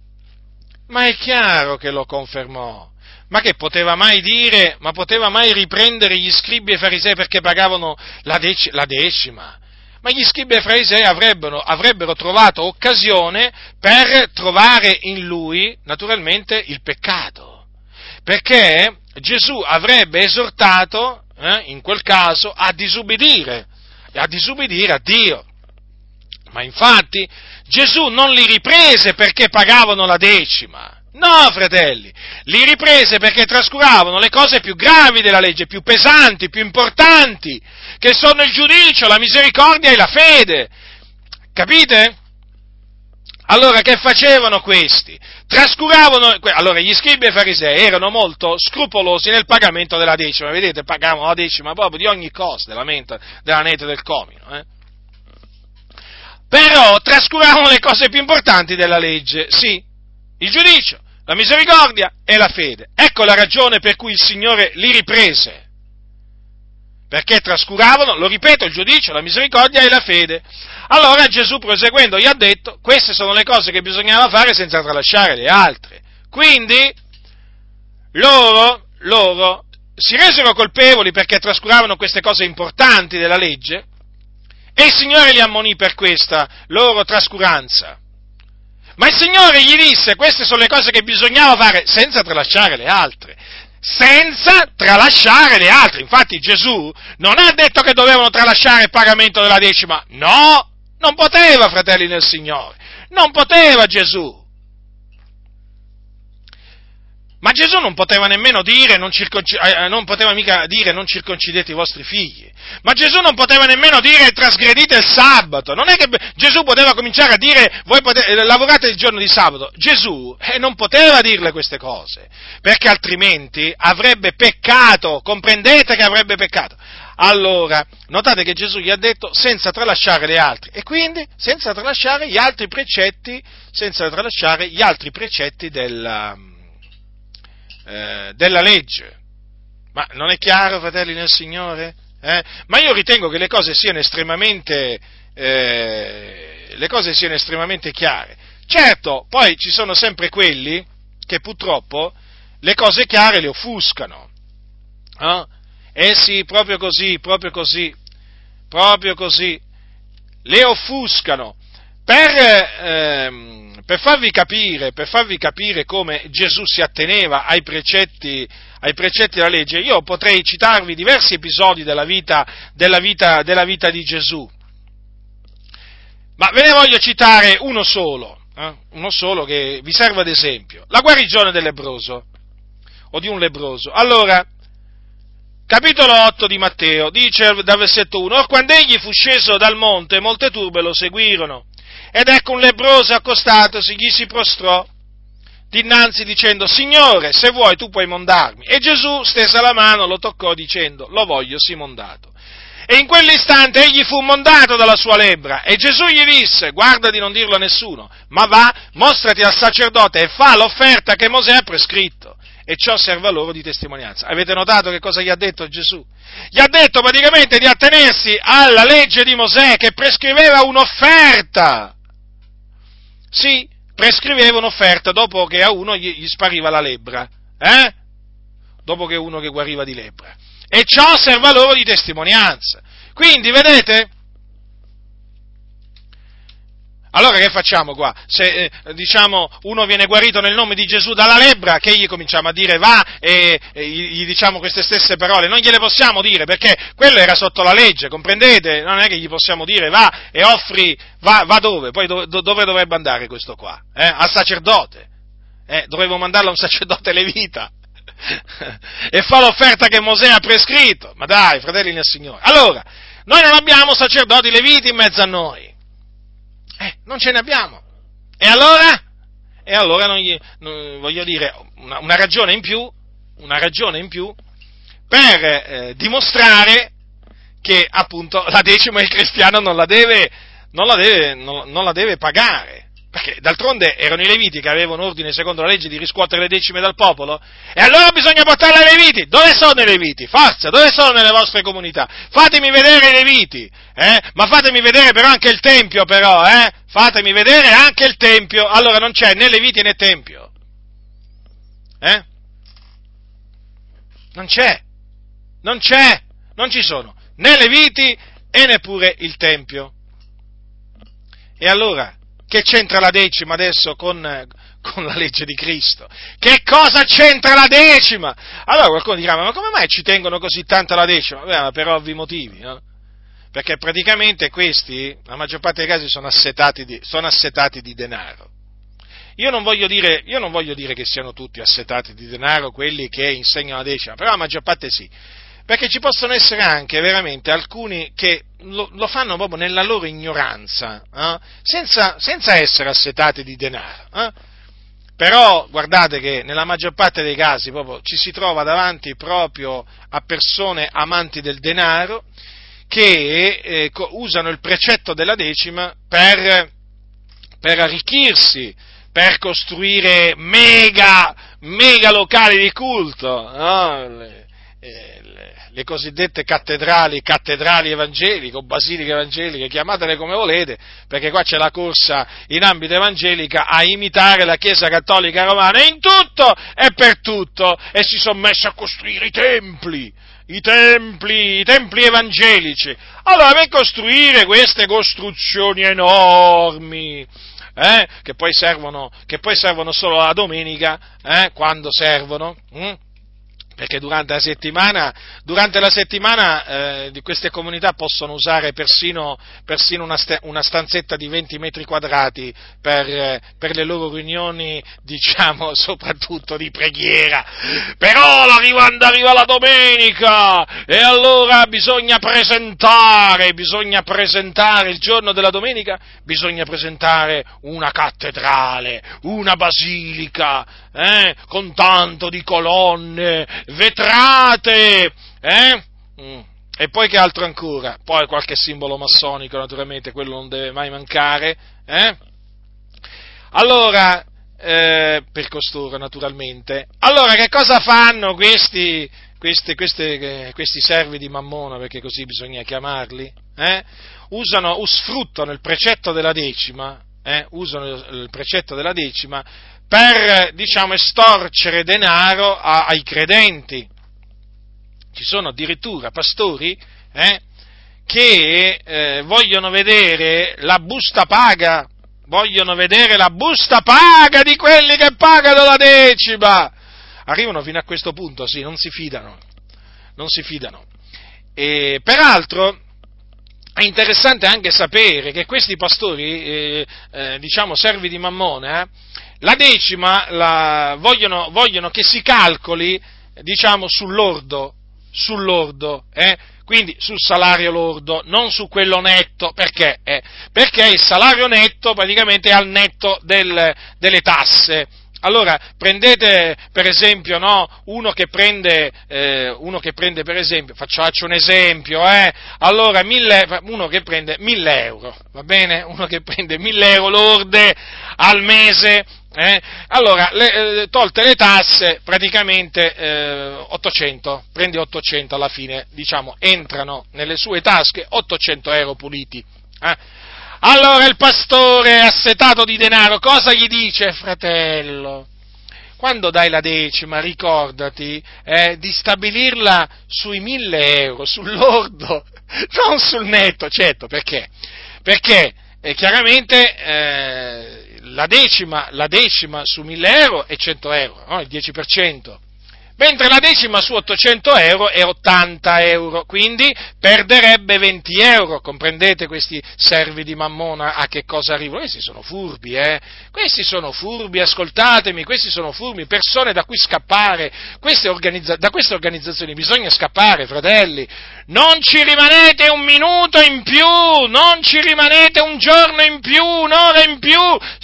Ma è chiaro che lo confermò. Ma che poteva mai dire, ma poteva mai riprendere gli scribi e farisei perché pagavano la, dec- la decima? Ma gli scribi e farisei avrebbero, avrebbero trovato occasione per trovare in lui, naturalmente, il peccato. Perché Gesù avrebbe esortato, eh, in quel caso, a disubbidire. a disubbidire a Dio. Ma infatti Gesù non li riprese perché pagavano la decima. No, fratelli, li riprese perché trascuravano le cose più gravi della legge, più pesanti, più importanti, che sono il giudicio, la misericordia e la fede. Capite? Allora, che facevano questi? Trascuravano, allora gli scribi e farisei erano molto scrupolosi nel pagamento della decima, vedete, pagavano la decima proprio di ogni cosa, della menta, dell'aneto e del comino, eh? Però trascuravano le cose più importanti della legge, sì, il giudicio, la misericordia e la fede. Ecco la ragione per cui il Signore li riprese. Perché trascuravano, lo ripeto, il giudicio, la misericordia e la fede. Allora Gesù, proseguendo, gli ha detto, queste sono le cose che bisognava fare senza tralasciare le altre. Quindi, loro, loro si resero colpevoli perché trascuravano queste cose importanti della legge, e il Signore li ammonì per questa loro trascuranza. Ma il Signore gli disse, queste sono le cose che bisognava fare senza tralasciare le altre. Senza tralasciare le altre. Infatti Gesù non ha detto che dovevano tralasciare il pagamento della decima. No, non poteva, fratelli nel Signore. Non poteva Gesù. Ma Gesù non poteva nemmeno dire, non, circonci- eh, non poteva mica dire non circoncidete i vostri figli. Ma Gesù non poteva nemmeno dire trasgredite il sabato. Non è che Gesù poteva cominciare a dire voi potete, eh, lavorate il giorno di sabato. Gesù eh, non poteva dirle queste cose, perché altrimenti avrebbe peccato, comprendete che avrebbe peccato. Allora, notate che Gesù gli ha detto senza tralasciare le altre, e quindi senza tralasciare gli altri precetti, senza tralasciare gli altri precetti della... Eh, della legge. Ma non è chiaro, fratelli nel Signore? Eh? Ma io ritengo che le cose siano estremamente eh, le cose siano estremamente chiare. Certo, poi ci sono sempre quelli che purtroppo le cose chiare le offuscano. Eh, eh sì, proprio così, proprio così, proprio così, le offuscano. Per, ehm, per farvi capire, per farvi capire come Gesù si atteneva ai precetti, ai precetti della legge, io potrei citarvi diversi episodi della vita, della vita, della vita di Gesù. Ma ve ne voglio citare uno solo, eh? uno solo che vi serve ad esempio. La guarigione del lebbroso, o di un lebbroso. Allora, capitolo otto di Matteo, dice dal versetto uno, or quando egli fu sceso dal monte, molte turbe lo seguirono. Ed ecco un lebbroso accostatosi, gli si prostrò dinanzi dicendo, Signore, se vuoi tu puoi mondarmi. E Gesù stesa la mano, lo toccò dicendo, lo voglio, sii mondato. E in quell'istante egli fu mondato dalla sua lebbra. E Gesù gli disse, guarda di non dirlo a nessuno, ma va, mostrati al sacerdote e fa l'offerta che Mosè ha prescritto. E ciò serva loro di testimonianza. Avete notato che cosa gli ha detto Gesù? Gli ha detto praticamente di attenersi alla legge di Mosè che prescriveva un'offerta. Sì, prescriveva un'offerta dopo che a uno gli, gli spariva la lebbra, eh? Dopo che uno che guariva di lebbra. E ciò serve a loro di testimonianza. Quindi, vedete? Allora che facciamo qua? Se, eh, diciamo, uno viene guarito nel nome di Gesù dalla lebbra, che gli cominciamo a dire va e, e gli diciamo queste stesse parole? Non gliele possiamo dire, perché quello era sotto la legge, comprendete? Non è che gli possiamo dire va e offri, va, va dove? Poi dove, dove dovrebbe andare questo qua? Eh? Al sacerdote. Eh? Dovevo mandarlo a un sacerdote levita. E fa l'offerta che Mosè ha prescritto. Ma dai, fratelli nel Signore. Allora, noi non abbiamo sacerdoti leviti in mezzo a noi. Eh, non ce ne abbiamo. E allora? E allora non gli, non, voglio dire, una, una ragione in più, una ragione in più per eh, dimostrare che appunto la decima il cristiano non la deve, non la deve, non, non la deve pagare. Perché d'altronde erano i Leviti che avevano ordine secondo la legge di riscuotere le decime dal popolo, e allora bisogna portarle ai Leviti. Dove sono i Leviti? Forza, dove sono nelle vostre comunità? Fatemi vedere i Leviti, eh? Ma fatemi vedere però anche il Tempio però, eh? Fatemi vedere anche il Tempio. Allora non c'è né Leviti né Tempio, eh? Non c'è, non c'è, non ci sono né Leviti e neppure il Tempio. E allora? Che c'entra la decima adesso con, con la legge di Cristo? Che cosa c'entra la decima? Allora qualcuno dirà, ma come mai ci tengono così tanto alla decima? Beh, per ovvi motivi, no? Perché praticamente questi, la maggior parte dei casi, sono assetati di, sono assetati di denaro. Io non voglio dire, io non voglio dire che siano tutti assetati di denaro quelli che insegnano la decima, però la maggior parte sì. Perché ci possono essere anche veramente alcuni che lo, lo fanno proprio nella loro ignoranza, eh? senza, senza essere assetati di denaro. Eh? Però guardate che nella maggior parte dei casi proprio ci si trova davanti proprio a persone amanti del denaro che eh, usano il precetto della decima per, per arricchirsi, per costruire mega, mega locali di culto, no? le, eh, le, le cosiddette cattedrali, cattedrali evangeliche o basiliche evangeliche, chiamatele come volete, perché qua c'è la corsa in ambito evangelica a imitare la Chiesa Cattolica Romana in tutto e per tutto, e si sono messi a costruire i templi, i templi, i templi evangelici. Allora, per costruire queste costruzioni enormi, eh, che poi servono, che poi servono solo la domenica, eh, quando servono, hm? Perché durante la settimana, durante la settimana eh, di queste comunità possono usare persino, persino una, st- una stanzetta di venti metri quadrati per, eh, per le loro riunioni, diciamo, soprattutto di preghiera. Però quando arriva la domenica, e allora bisogna presentare, bisogna presentare il giorno della domenica, bisogna presentare una cattedrale, una basilica, eh, con tanto di colonne, vetrate, eh? Mm. E poi che altro ancora? Poi qualche simbolo massonico, naturalmente, quello non deve mai mancare, eh? Allora, eh, per costoro, naturalmente. Allora, che cosa fanno questi, questi, questi, questi servi di Mammona, perché così bisogna chiamarli? Eh? Usano, sfruttano il precetto della decima, eh? Usano il precetto della decima per, diciamo, estorcere denaro a, ai credenti. Ci sono addirittura pastori eh, che eh, vogliono vedere la busta paga, vogliono vedere la busta paga di quelli che pagano la decima. Arrivano fino a questo punto, sì, non si fidano, non si fidano. E peraltro è interessante anche sapere che questi pastori, eh, eh, diciamo servi di Mammona, eh, la decima la, vogliono, vogliono che si calcoli, diciamo, sull'ordo, sull'ordo, eh, quindi sul salario lordo, non su quello netto. Perché? Eh, perché il salario netto praticamente è al netto del, delle tasse. Allora, prendete per esempio, no, uno che prende, eh, uno che prende per esempio, faccio un esempio, eh, allora, mille, uno che prende mille euro, va bene? Uno che prende mille euro lorde al mese, eh, allora, le, eh, tolte le tasse, praticamente eh, ottocento, prende ottocento alla fine, diciamo, entrano nelle sue tasche ottocento euro puliti, eh. Allora il pastore, assetato di denaro, cosa gli dice? Fratello, quando dai la decima, ricordati eh, di stabilirla sui mille euro, sull'ordo, non sul netto, certo, perché? Perché eh, chiaramente eh, la decima, la decima su mille euro è cento euro, no? Il dieci per cento. Mentre la decima su ottocento euro è ottanta euro, quindi perderebbe venti euro, comprendete questi servi di Mammona a che cosa arrivano? Questi sono furbi, eh? Questi sono furbi, ascoltatemi, questi sono furbi, persone da cui scappare, queste organizza- da queste organizzazioni bisogna scappare, fratelli, non ci rimanete un minuto in più, non ci rimanete un giorno in più, un'ora in più,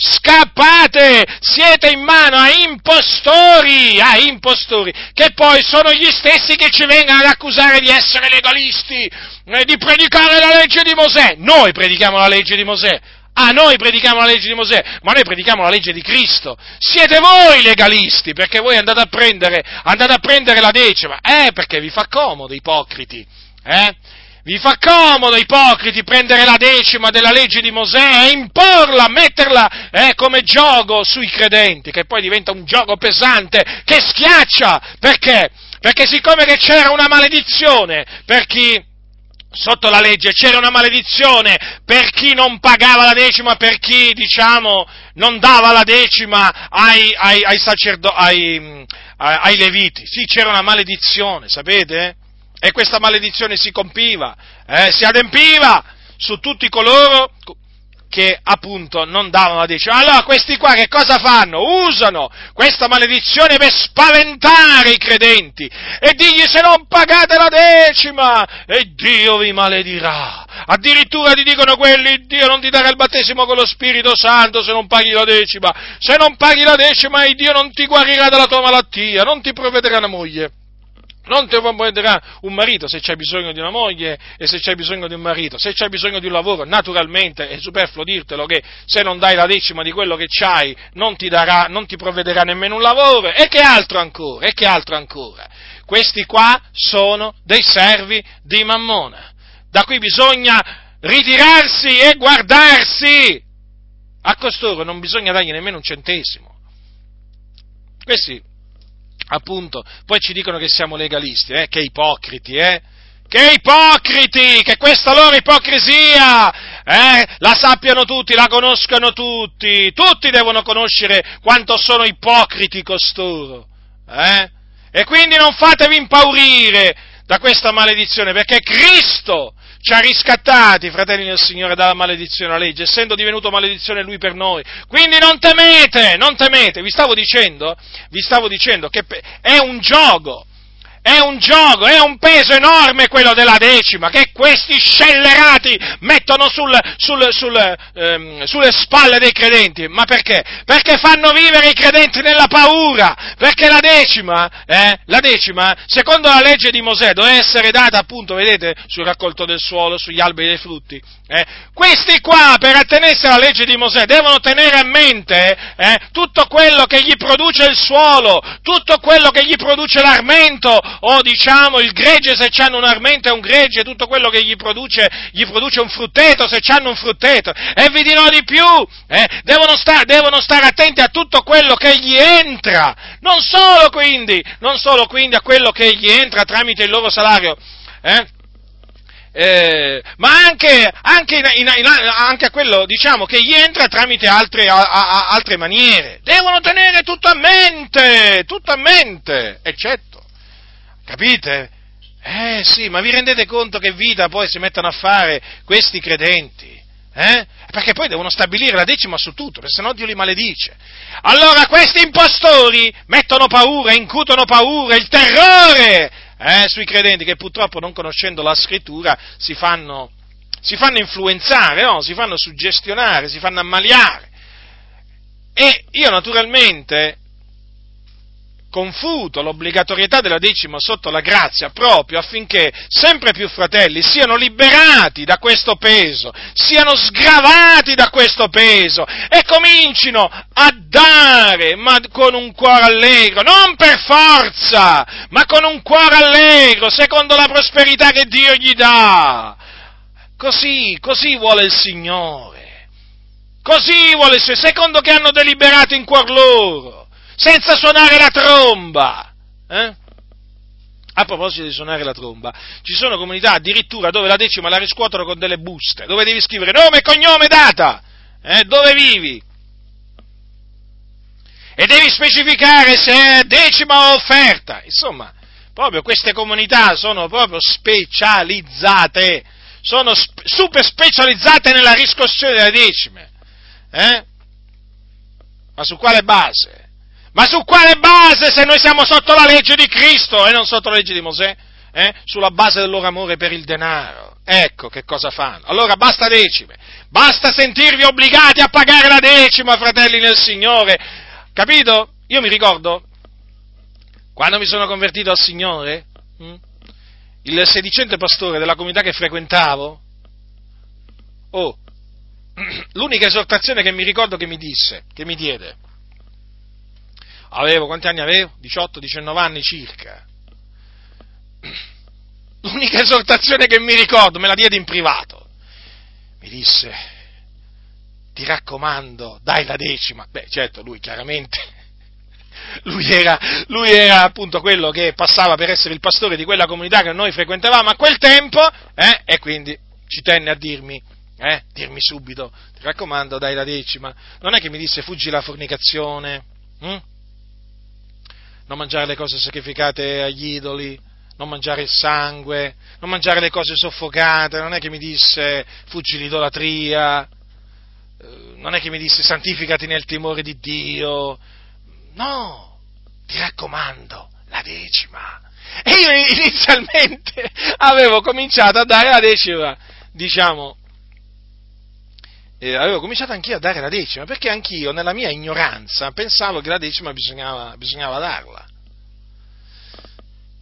scappate, siete in mano a impostori, a impostori, che poi sono gli stessi che ci vengono ad accusare di essere legalisti, eh, di predicare la legge di Mosè. Noi predichiamo la legge di Mosè, ah, noi predichiamo la legge di Mosè, ma noi predichiamo la legge di Cristo. Siete voi legalisti, perché voi andate a prendere, andate a prendere la decima, eh, perché vi fa comodo, ipocriti, eh? Vi fa comodo, ipocriti, prendere la decima della legge di Mosè e imporla, metterla eh, come gioco sui credenti, che poi diventa un gioco pesante, che schiaccia. Perché? Perché siccome che c'era una maledizione per chi, sotto la legge, c'era una maledizione per chi non pagava la decima, per chi, diciamo, non dava la decima ai, ai, ai sacerdoti, ai, ai leviti. Sì, c'era una maledizione, sapete? E questa maledizione si compiva, eh, si adempiva su tutti coloro che appunto non davano la decima. Allora questi qua che cosa fanno? Usano questa maledizione per spaventare i credenti e dirgli: se non pagate la decima, e Dio vi maledirà. Addirittura ti dicono quelli: Dio non ti darà il battesimo con lo Spirito Santo se non paghi la decima. Se non paghi la decima, Dio non ti guarirà dalla tua malattia, non ti provvederà una moglie. non ti provvederà un marito se c'hai bisogno di una moglie e se c'hai bisogno di un marito, se c'hai bisogno di un lavoro, naturalmente è superfluo dirtelo che se non dai la decima di quello che c'hai non ti darà, non ti provvederà nemmeno un lavoro, e che altro ancora, e che altro ancora. Questi qua sono dei servi di Mammona, da cui bisogna ritirarsi e guardarsi. A costoro non bisogna dargli nemmeno un centesimo. Questi, appunto, poi ci dicono che siamo legalisti, eh? Che ipocriti, eh? Che ipocriti! Che questa loro ipocrisia, eh? La sappiano tutti, la conoscano tutti, tutti devono conoscere quanto sono ipocriti costoro, eh? E quindi non fatevi impaurire da questa maledizione, perché Cristo ci ha riscattati, fratelli del Signore, dalla maledizione della legge, essendo divenuto maledizione Lui per noi. Quindi non temete, non temete. Vi stavo dicendo, vi stavo dicendo che è un gioco, è un gioco, è un peso enorme quello della decima, che questi scellerati mettono sul, sul, sul, ehm, sulle spalle dei credenti. Ma perché? Perché fanno vivere i credenti nella paura, perché la decima, eh, la decima, secondo la legge di Mosè, doveva essere data appunto, vedete, sul raccolto del suolo, sugli alberi dei frutti. Eh. Questi qua, per attenersi alla legge di Mosè, devono tenere a mente eh, tutto quello che gli produce il suolo, tutto quello che gli produce l'armento, o diciamo il gregge se c'hanno un armento è un gregge, tutto quello che gli produce, gli produce un frutteto se c'hanno un frutteto, e vi dirò di più, eh, devono, sta, devono stare attenti a tutto quello che gli entra, non solo quindi, non solo quindi a quello che gli entra tramite il loro salario, eh, Eh, ma anche, anche, in, in, in, anche a quello, diciamo, che gli entra tramite altre, a, a, altre maniere. Devono tenere tutto a mente, tutto a mente, eccetto. Capite? Eh sì, ma vi rendete conto che vita poi si mettono a fare questi credenti? Eh? Perché poi devono stabilire la decima su tutto, perché sennò Dio li maledice. Allora questi impostori mettono paura, incutono paura, il terrore, Eh, sui credenti che purtroppo, non conoscendo la scrittura, si fanno, si fanno influenzare, no? Si fanno suggestionare, si fanno ammaliare. E io naturalmente confuto l'obbligatorietà della decima sotto la grazia proprio affinché sempre più fratelli siano liberati da questo peso, siano sgravati da questo peso e comincino a dare, ma con un cuore allegro, non per forza, ma con un cuore allegro, secondo la prosperità che Dio gli dà. Così, così vuole il Signore, così vuole il Signore, secondo che hanno deliberato in cuor loro, senza suonare la tromba. Eh? A proposito di suonare la tromba, ci sono comunità addirittura dove la decima la riscuotono con delle buste, dove devi scrivere nome, cognome, data, eh? Dove vivi, e devi specificare se è decima o offerta. Insomma, proprio queste comunità sono proprio specializzate, sono sp- super specializzate nella riscossione delle decime. Eh? Ma su quale base? Ma su quale base, se noi siamo sotto la legge di Cristo e non sotto la legge di Mosè? Eh? Sulla base del loro amore per il denaro. Ecco che cosa fanno. Allora basta decime, basta sentirvi obbligati a pagare la decima, fratelli nel Signore. Capito? Io mi ricordo, quando mi sono convertito al Signore, hm, il sedicente pastore della comunità che frequentavo, oh, l'unica esortazione che mi ricordo che mi disse, che mi diede, avevo, quanti anni avevo? diciotto diciannove anni circa. L'unica esortazione che mi ricordo, me la diede in privato. Mi disse, ti raccomando, dai la decima. Beh, certo, lui chiaramente, lui era, lui era appunto quello che passava per essere il pastore di quella comunità che noi frequentavamo a quel tempo, eh, e quindi ci tenne a dirmi, eh, dirmi subito, ti raccomando, dai la decima. Non è che mi disse, fuggi la fornicazione, hm? Non mangiare le cose sacrificate agli idoli, non mangiare il sangue, non mangiare le cose soffocate, non è che mi disse fuggi l'idolatria, non è che mi disse santificati nel timore di Dio, no, ti raccomando, la decima. E io inizialmente avevo cominciato a dare la decima, diciamo, eh, avevo cominciato anch'io a dare la decima, perché anch'io nella mia ignoranza pensavo che la decima bisognava, bisognava darla.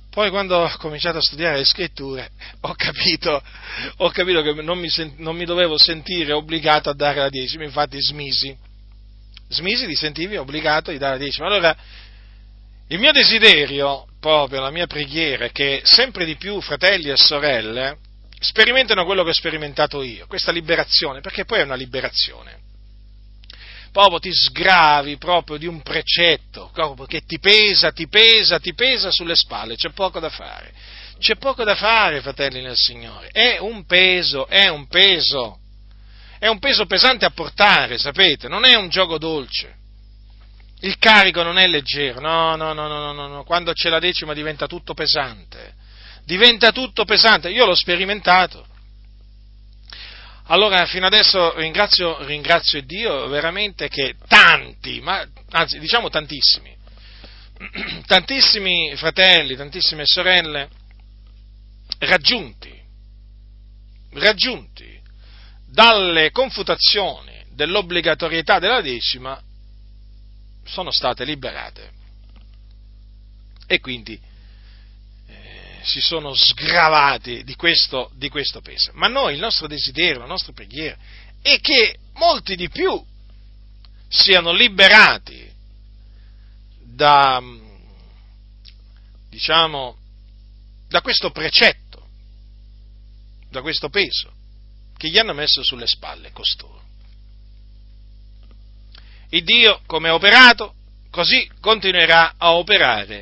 Poi quando ho cominciato a studiare le scritture ho capito, ho capito che non mi, sen- non mi dovevo sentire obbligato a dare la decima, infatti smisi, smisi di sentirmi obbligato a dare la decima. Allora, il mio desiderio, proprio la mia preghiera, è che sempre di più fratelli e sorelle sperimentano quello che ho sperimentato io, questa liberazione, perché poi è una liberazione. Proprio ti sgravi proprio di un precetto, proprio che ti pesa, ti pesa, ti pesa sulle spalle, c'è poco da fare. C'è poco da fare, fratelli nel Signore. È un peso, è un peso. È un peso pesante a portare, sapete? Non è un gioco dolce. Il carico non è leggero, no, no, no, no, no, no. Quando c'è la decima diventa tutto pesante. Diventa tutto pesante. Io l'ho sperimentato. Allora, fino adesso ringrazio, ringrazio Dio veramente che tanti, ma anzi diciamo tantissimi, tantissimi fratelli, tantissime sorelle raggiunti, raggiunti dalle confutazioni dell'obbligatorietà della decima sono state liberate e quindi si sono sgravati di questo, di questo peso. Ma noi, il nostro desiderio, la nostra preghiera è che molti di più siano liberati da, diciamo, da questo precetto, da questo peso che gli hanno messo sulle spalle costoro. Il Dio, come ha operato, così continuerà a operare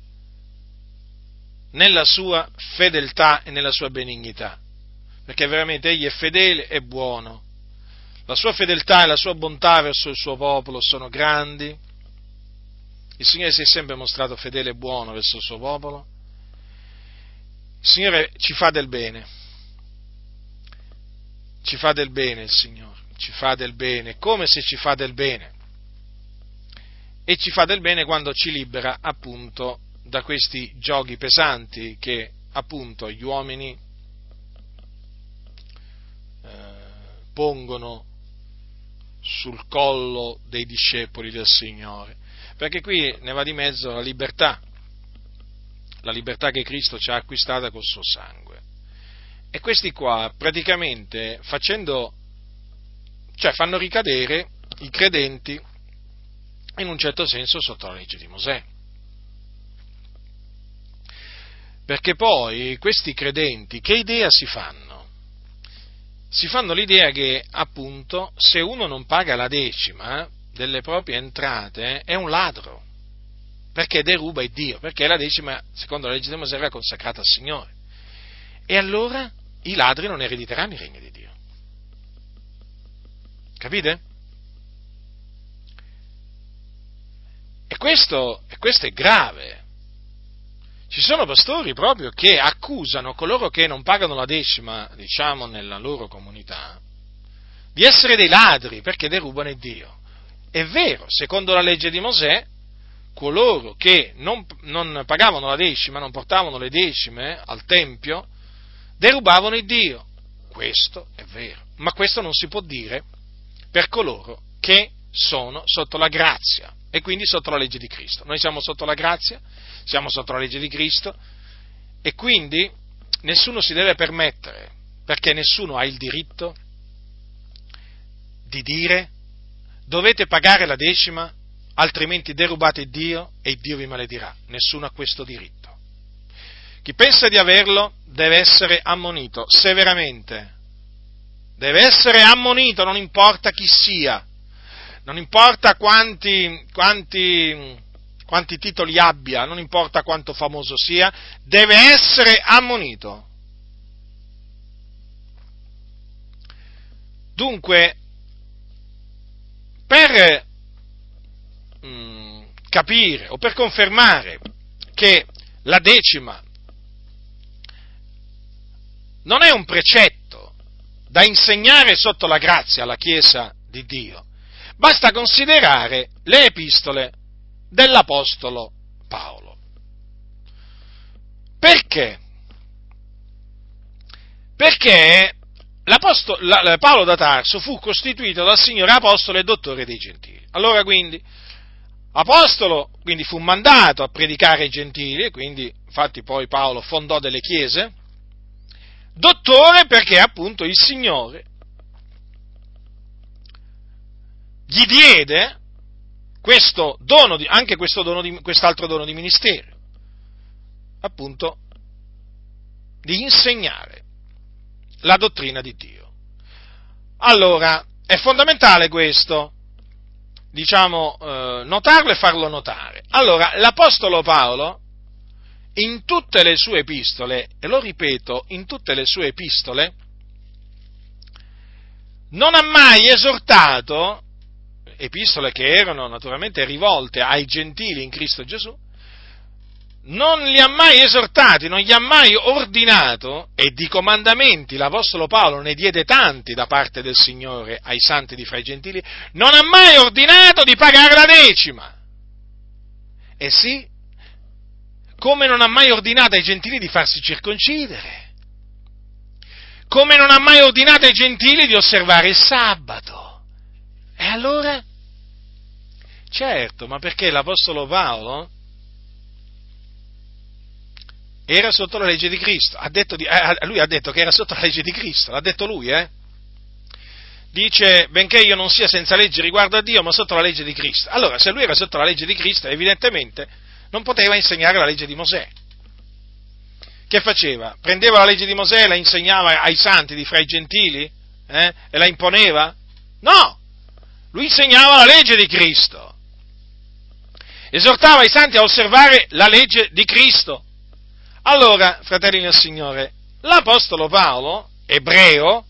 nella sua fedeltà e nella sua benignità, perché veramente Egli è fedele e buono, la sua fedeltà e la sua bontà verso il suo popolo sono grandi, il Signore si è sempre mostrato fedele e buono verso il suo popolo, il Signore ci fa del bene, ci fa del bene il Signore, ci fa del bene, come se ci fa del bene, e ci fa del bene quando ci libera appunto da questi giochi pesanti che appunto gli uomini eh, pongono sul collo dei discepoli del Signore, perché qui ne va di mezzo la libertà, la libertà che Cristo ci ha acquistata col suo sangue. E questi qua praticamente facendo, cioè fanno ricadere i credenti in un certo senso sotto la legge di Mosè. Perché poi questi credenti che idea si fanno? Si fanno l'idea che appunto se uno non paga la decima delle proprie entrate è un ladro, perché deruba il Dio, perché la decima secondo la legge di Mosè era consacrata al Signore. E allora i ladri non erediteranno il regno di Dio. Capite? E questo, e questo è grave. Ci sono pastori proprio che accusano coloro che non pagano la decima, diciamo, nella loro comunità, di essere dei ladri perché derubano il Dio. È vero, secondo la legge di Mosè, coloro che non, non pagavano la decima, non portavano le decime al Tempio, derubavano il Dio. Questo è vero, ma questo non si può dire per coloro che sono sotto la grazia e quindi sotto la legge di Cristo. Noi siamo sotto la grazia, siamo sotto la legge di Cristo e quindi nessuno si deve permettere, perché nessuno ha il diritto di dire dovete pagare la decima altrimenti derubate Dio e Dio vi maledirà. Nessuno ha questo diritto. Chi pensa di averlo deve essere ammonito severamente, deve essere ammonito, non importa chi sia. Non importa quanti, quanti, quanti titoli abbia, non importa quanto famoso sia, deve essere ammonito. Dunque, per mh, capire o per confermare che la decima non è un precetto da insegnare sotto la grazia alla Chiesa di Dio, basta considerare le epistole dell'Apostolo Paolo. Perché? Perché l'Apostolo, la, Paolo da Tarso fu costituito dal Signore Apostolo e Dottore dei Gentili. Allora quindi, apostolo, quindi fu mandato a predicare ai gentili, quindi infatti poi Paolo fondò delle chiese, dottore perché appunto il Signore gli diede questo dono di, anche questo dono di, quest'altro dono di ministero, appunto di insegnare la dottrina di Dio. Allora, è fondamentale questo, diciamo, eh, notarlo e farlo notare. Allora, l'Apostolo Paolo, in tutte le sue epistole, e lo ripeto, in tutte le sue epistole, non ha mai esortato, epistole che erano naturalmente rivolte ai gentili in Cristo Gesù, non li ha mai esortati, non gli ha mai ordinato, e di comandamenti l'Apostolo Paolo ne diede tanti da parte del Signore ai santi di fra i gentili, non ha mai ordinato di pagare la decima. E sì, come non ha mai ordinato ai gentili di farsi circoncidere, come non ha mai ordinato ai gentili di osservare il sabato. E allora? Certo, ma perché l'Apostolo Paolo era sotto la legge di Cristo, ha detto di, eh, lui ha detto che era sotto la legge di Cristo, l'ha detto lui, eh? Dice, benché io non sia senza legge riguardo a Dio, ma sotto la legge di Cristo. Allora, se lui era sotto la legge di Cristo, evidentemente non poteva insegnare la legge di Mosè. Che faceva? Prendeva la legge di Mosè e la insegnava ai santi di fra i gentili? Eh? E la imponeva? No! Lui insegnava la legge di Cristo. Esortava i santi a osservare la legge di Cristo. Allora, fratelli nel Signore, l'Apostolo Paolo, ebreo,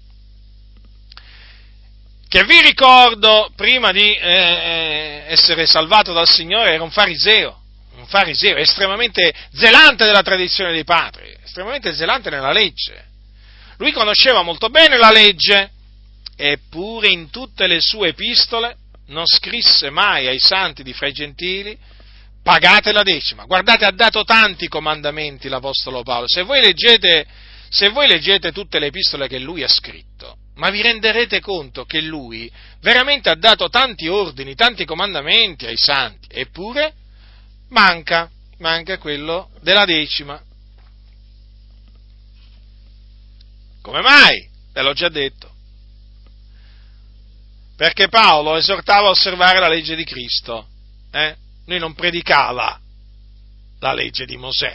che vi ricordo, prima di eh, essere salvato dal Signore, era un fariseo, un fariseo estremamente zelante della tradizione dei padri, estremamente zelante nella legge. Lui conosceva molto bene la legge, eppure in tutte le sue epistole non scrisse mai ai santi di fra i gentili: pagate la decima. Guardate, ha dato tanti comandamenti l'Apostolo Paolo. Se voi leggete, se voi leggete tutte le epistole che lui ha scritto, ma vi renderete conto che lui veramente ha dato tanti ordini, tanti comandamenti ai santi, eppure manca, manca quello della decima. Come mai? Ve l'ho già detto. Perché Paolo esortava a osservare la legge di Cristo, eh? Lui non predicava la legge di Mosè.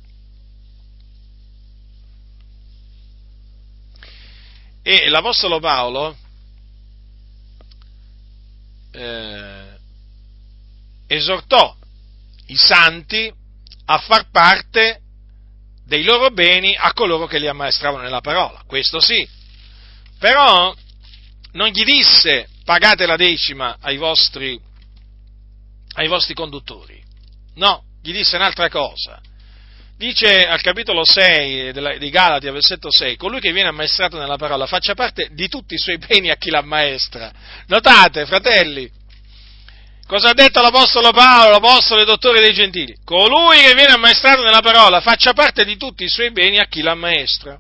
E l'Apostolo Paolo eh, esortò i santi a far parte dei loro beni a coloro che li ammaestravano nella parola, questo sì, però non gli disse: pagate la decima ai vostri, ai vostri conduttori. No, gli disse un'altra cosa. Dice al capitolo sei di Galati, al versetto sei, colui che viene ammaestrato nella parola faccia parte di tutti i suoi beni a chi l'ammaestra. Notate, fratelli, cosa ha detto l'Apostolo Paolo, l'Apostolo e dottore dei gentili? Colui che viene ammaestrato nella parola faccia parte di tutti i suoi beni a chi l'ammaestra.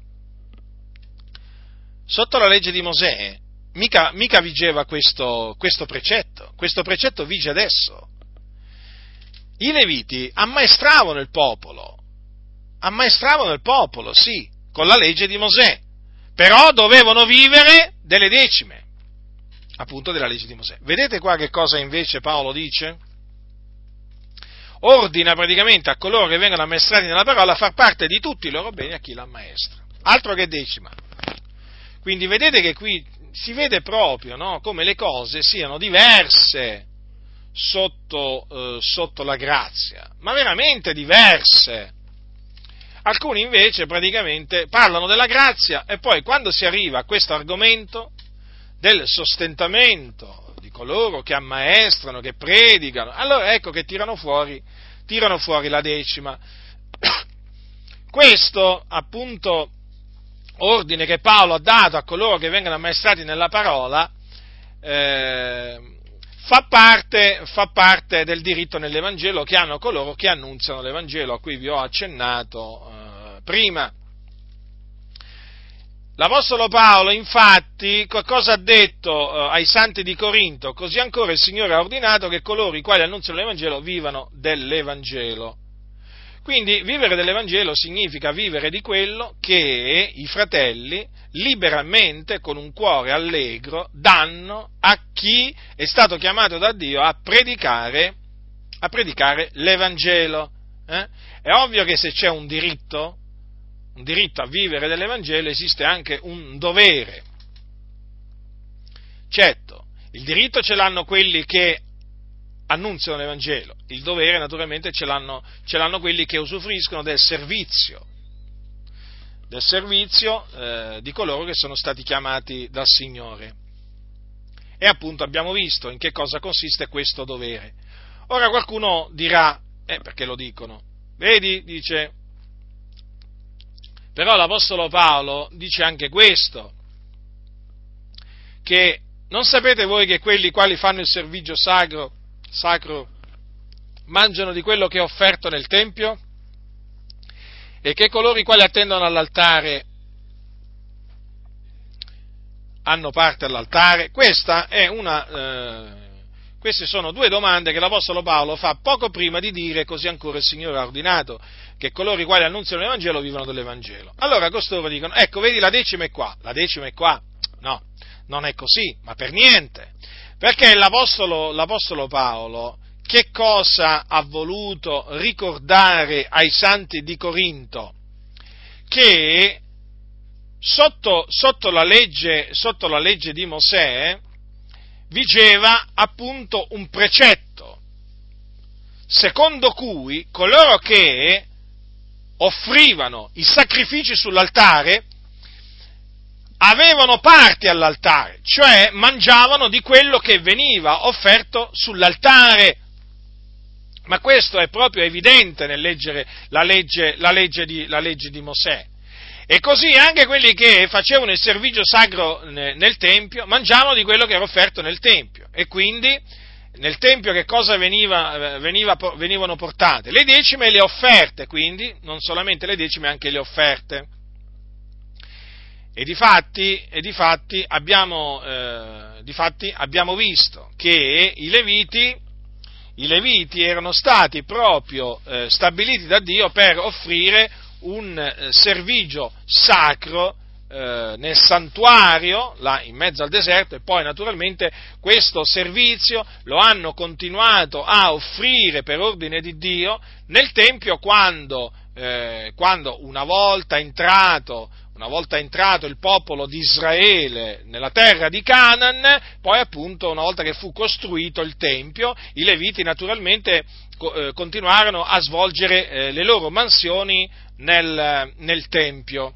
Sotto la legge di Mosè mica, mica vigeva questo, questo precetto, questo precetto vige adesso. I Leviti ammaestravano il popolo, ammaestravano il popolo, sì, con la legge di Mosè, però dovevano vivere delle decime, appunto della legge di Mosè. Vedete qua che cosa invece Paolo dice? Ordina praticamente a coloro che vengono ammaestrati nella parola a far parte di tutti i loro beni a chi l'ammaestra. Altro che decima. Quindi vedete che qui si vede proprio, no, come le cose siano diverse sotto, eh, sotto la grazia, ma veramente diverse. Alcuni invece praticamente parlano della grazia e poi quando si arriva a questo argomento del sostentamento di coloro che ammaestrano, che predicano, allora ecco che tirano fuori, tirano fuori la decima. Questo appunto ordine che Paolo ha dato a coloro che vengono ammaestrati nella parola eh, fa parte, fa parte del diritto nell'Evangelo che hanno coloro che annunziano l'Evangelo, a cui vi ho accennato eh, prima. L'Apostolo Paolo, infatti, cosa ha detto eh, ai santi di Corinto? Così ancora il Signore ha ordinato che coloro i quali annunziano l'Evangelo vivano dell'Evangelo. Quindi vivere dell'Evangelo significa vivere di quello che i fratelli liberamente, con un cuore allegro, danno a chi è stato chiamato da Dio a predicare, a predicare l'Evangelo. Eh? È ovvio che se c'è un diritto, un diritto a vivere dell'Evangelo, esiste anche un dovere. Certo, il diritto ce l'hanno quelli che annunziano l'Evangelo, il dovere naturalmente ce l'hanno, ce l'hanno quelli che usufruiscono del servizio, del servizio eh, di coloro che sono stati chiamati dal Signore. E appunto abbiamo visto in che cosa consiste questo dovere. Ora qualcuno dirà, eh, perché lo dicono? Vedi, dice, però l'Apostolo Paolo dice anche questo, che non sapete voi che quelli quali fanno il servizio sacro, sacro mangiano di quello che è offerto nel Tempio? E che coloro i quali attendono all'altare hanno parte all'altare? Questa è una, eh, queste sono due domande che l'Apostolo Paolo fa poco prima di dire così ancora il Signore ha ordinato che coloro i quali annunziano l'Evangelo vivono dell'Evangelo. Allora costoro dicono, ecco vedi la decima è qua, la decima è qua. No, non è così, ma per niente. Perché l'Apostolo, l'Apostolo Paolo che cosa ha voluto ricordare ai santi di Corinto? Che sotto, sotto, la legge, sotto la legge di Mosè vigeva appunto un precetto, secondo cui coloro che offrivano i sacrifici sull'altare avevano parte all'altare, cioè mangiavano di quello che veniva offerto sull'altare. Ma questo è proprio evidente nel leggere la legge, la legge, di, la legge di Mosè. E così anche quelli che facevano il servizio sacro nel Tempio mangiavano di quello che era offerto nel Tempio. E quindi nel Tempio che cosa veniva, veniva, venivano portate? Le decime e le offerte, quindi non solamente le decime, anche le offerte. E difatti, e difatti, abbiamo, eh, difatti abbiamo visto che i Leviti, i Leviti erano stati proprio eh, stabiliti da Dio per offrire un eh, servigio sacro eh, nel santuario, là in mezzo al deserto, e poi naturalmente questo servizio lo hanno continuato a offrire per ordine di Dio nel Tempio quando, eh, quando una volta entrato Una volta entrato il popolo di Israele nella terra di Canaan, poi appunto una volta che fu costruito il Tempio, i Leviti naturalmente eh, continuarono a svolgere eh, le loro mansioni nel, nel Tempio.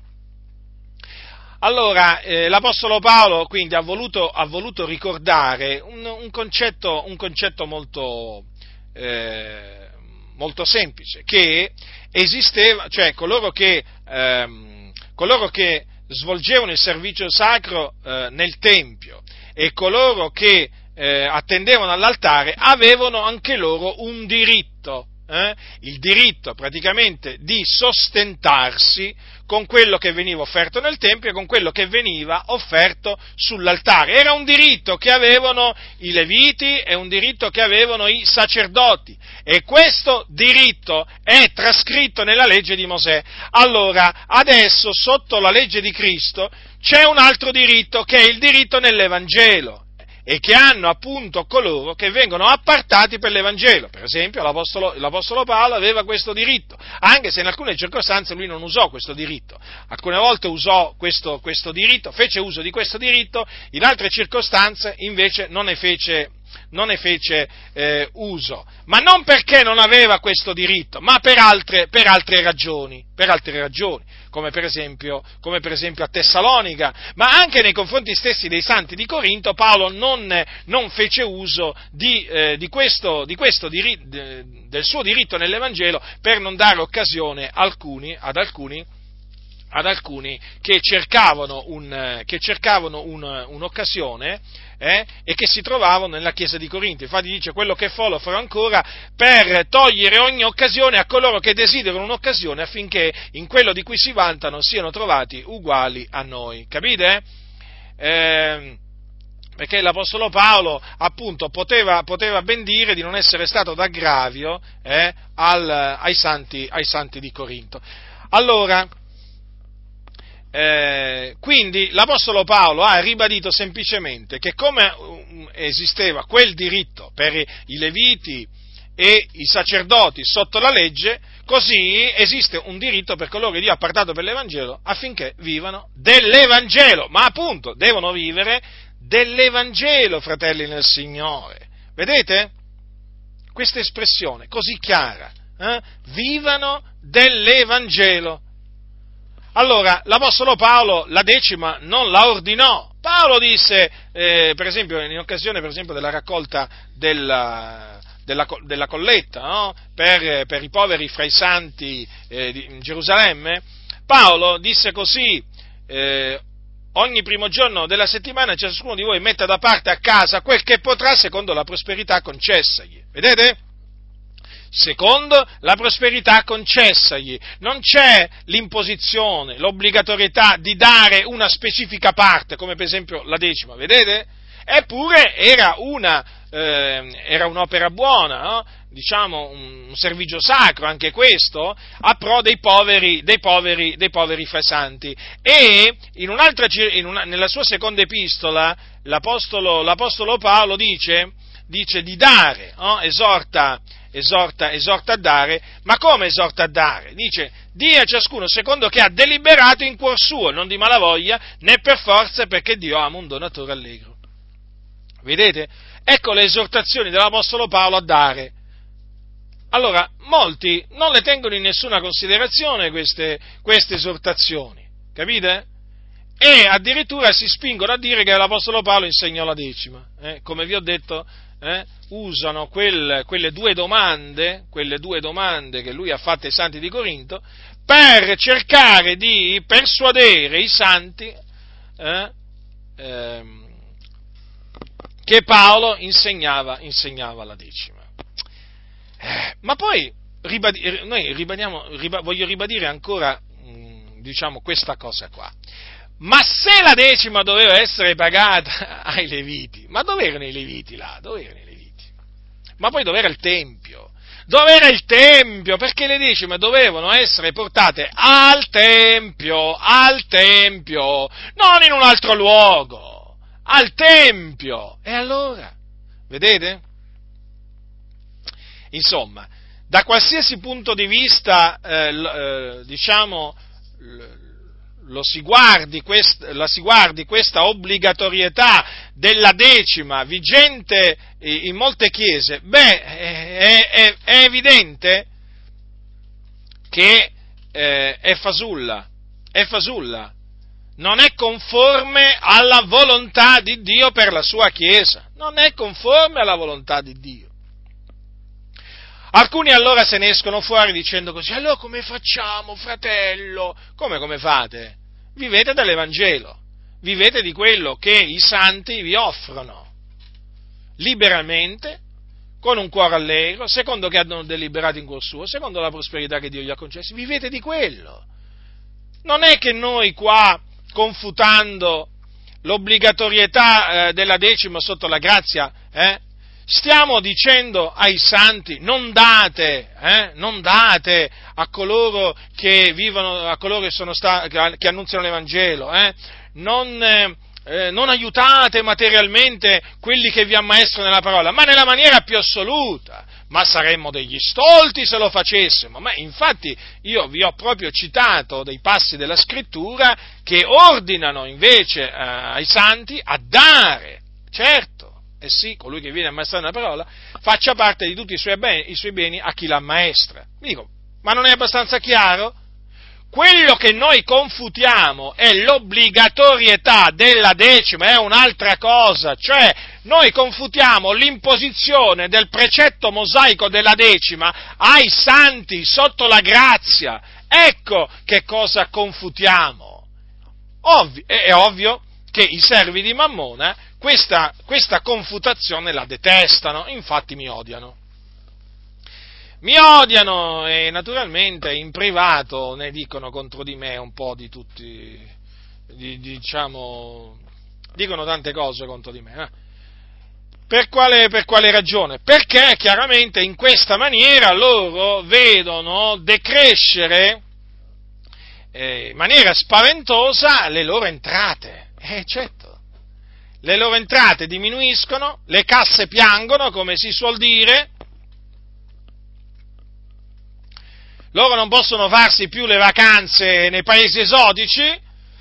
Allora, eh, l'Apostolo Paolo quindi ha voluto, ha voluto ricordare un, un, concetto, un concetto molto, eh, molto semplice, che esisteva, cioè coloro che... Ehm, coloro che svolgevano il servizio sacro eh, nel Tempio e coloro che eh, attendevano all'altare avevano anche loro un diritto, eh? il diritto praticamente di sostentarsi con quello che veniva offerto nel Tempio e con quello che veniva offerto sull'altare. Era un diritto che avevano i Leviti e un diritto che avevano i sacerdoti, e questo diritto è trascritto nella legge di Mosè. Allora, adesso sotto la legge di Cristo c'è un altro diritto, che è il diritto nell'Evangelo, e che hanno appunto coloro che vengono appartati per l'Evangelo. Per esempio l'Apostolo, l'Apostolo Paolo aveva questo diritto, anche se in alcune circostanze lui non usò questo diritto. Alcune volte usò questo, questo diritto, fece uso di questo diritto, in altre circostanze invece non ne fece, non ne fece eh, uso, ma non perché non aveva questo diritto, ma per altre, per altre ragioni, per altre ragioni, come per esempio, come per esempio a Tessalonica, ma anche nei confronti stessi dei santi di Corinto Paolo non, non fece uso di, eh, di questo, di questo diri, del suo diritto nell'Evangelo per non dare occasione alcuni, ad alcuni ad alcuni che cercavano, un, che cercavano un, un'occasione eh, e che si trovavano nella chiesa di Corinto. Infatti dice: quello che fo lo farò ancora per togliere ogni occasione a coloro che desiderano un'occasione, affinché in quello di cui si vantano siano trovati uguali a noi. Capite? Eh, perché l'Apostolo Paolo, appunto, poteva, poteva ben dire di non essere stato d'aggravio eh, al, ai, santi, ai santi di Corinto. Allora, eh, quindi l'Apostolo Paolo ha ribadito semplicemente che come um, esisteva quel diritto per i Leviti e i sacerdoti sotto la legge, così esiste un diritto per coloro che Dio ha appartato per l'Evangelo, affinché vivano dell'Evangelo, ma appunto devono vivere dell'Evangelo, fratelli nel Signore. Vedete? Questa espressione così chiara, eh? Vivano dell'Evangelo. Allora, l'Apostolo Paolo la decima non la ordinò. Paolo disse, eh, per esempio, in occasione per esempio della raccolta della, della, della colletta, no? per, per i poveri fra i santi eh, di, in Gerusalemme, Paolo disse così: eh, ogni primo giorno della settimana ciascuno di voi metta da parte a casa quel che potrà secondo la prosperità concessagli. Vedete? Secondo la prosperità concessagli. Non c'è l'imposizione, l'obbligatorietà di dare una specifica parte, come per esempio la decima, vedete? Eppure era una, eh, era un'opera buona, no? Diciamo un, un servigio sacro, anche questo, a pro dei poveri, dei poveri, dei poveri fra i santi. E in un'altra, in una, nella sua seconda epistola, l'apostolo, l'apostolo Paolo dice, dice di dare, no? esorta, esorta, esorta a dare, ma come esorta a dare? Dice: dia a ciascuno secondo che ha deliberato in cuor suo, non di malavoglia, né per forza, perché Dio ama un donatore allegro. Vedete? Ecco le esortazioni dell'Apostolo Paolo a dare. Allora, molti non le tengono in nessuna considerazione queste, queste esortazioni, capite? E addirittura si spingono a dire che l'Apostolo Paolo insegnò la decima. Eh? Come vi ho detto, eh? usano quel, quelle due domande, quelle due domande che lui ha fatto ai santi di Corinto, per cercare di persuadere i santi eh? ehm, che Paolo insegnava, insegnava la decima. Eh, ma poi ribadi, noi ribadiamo, ribad, voglio ribadire ancora mh, diciamo questa cosa qua. Ma se la decima doveva essere pagata ai Leviti, ma dove erano i Leviti là? Dove erano i Leviti? Ma poi dove era il Tempio? Dove era il Tempio? Perché le decime dovevano essere portate al Tempio, al Tempio, non in un altro luogo. Al Tempio. E allora? Vedete? Insomma, da qualsiasi punto di vista, eh, l, eh, diciamo, l, lo si guardi quest, la si guardi questa obbligatorietà della decima vigente in molte chiese, beh, è, è, è evidente che eh, è fasulla, è fasulla. Non è conforme alla volontà di Dio per la sua Chiesa, non è conforme alla volontà di Dio. Alcuni allora se ne escono fuori dicendo così: allora come facciamo, fratello? Come come fate? Vivete dell'Evangelo, vivete di quello che i santi vi offrono, liberamente, con un cuore allegro, secondo che hanno deliberato in cuor suo, secondo la prosperità che Dio gli ha concesso, vivete di quello. Non è che noi qua, confutando l'obbligatorietà eh, della decima sotto la grazia, eh, stiamo dicendo ai santi: non date, eh, non date a coloro che vivono, a coloro che sono sta, che annunziano l'Evangelo, eh, non, eh, non aiutate materialmente quelli che vi ammaestrano nella parola, ma nella maniera più assoluta. Ma saremmo degli stolti se lo facessimo. Ma infatti io vi ho proprio citato dei passi della Scrittura che ordinano invece eh, ai santi a dare, certo. Eh sì, colui che viene ammaestrato nella parola faccia parte di tutti i suoi beni, i suoi beni a chi la ammaestra. Dico, ma non è abbastanza chiaro? quello che noi confutiamo è l'obbligatorietà della decima, è un'altra cosa, cioè noi confutiamo l'imposizione del precetto mosaico della decima ai santi sotto la grazia. Ecco che cosa confutiamo. Ovvio, è ovvio che i servi di Mammona questa, questa confutazione la detestano, infatti mi odiano. Mi odiano e naturalmente in privato ne dicono contro di me un po' di tutti, di, diciamo, dicono tante cose contro di me. Eh? Per quale, per quale ragione? Perché chiaramente in questa maniera loro vedono decrescere eh, in maniera spaventosa le loro entrate. Eh, certo, le loro entrate diminuiscono, le casse piangono, come si suol dire. Loro non possono farsi più le vacanze nei paesi esotici,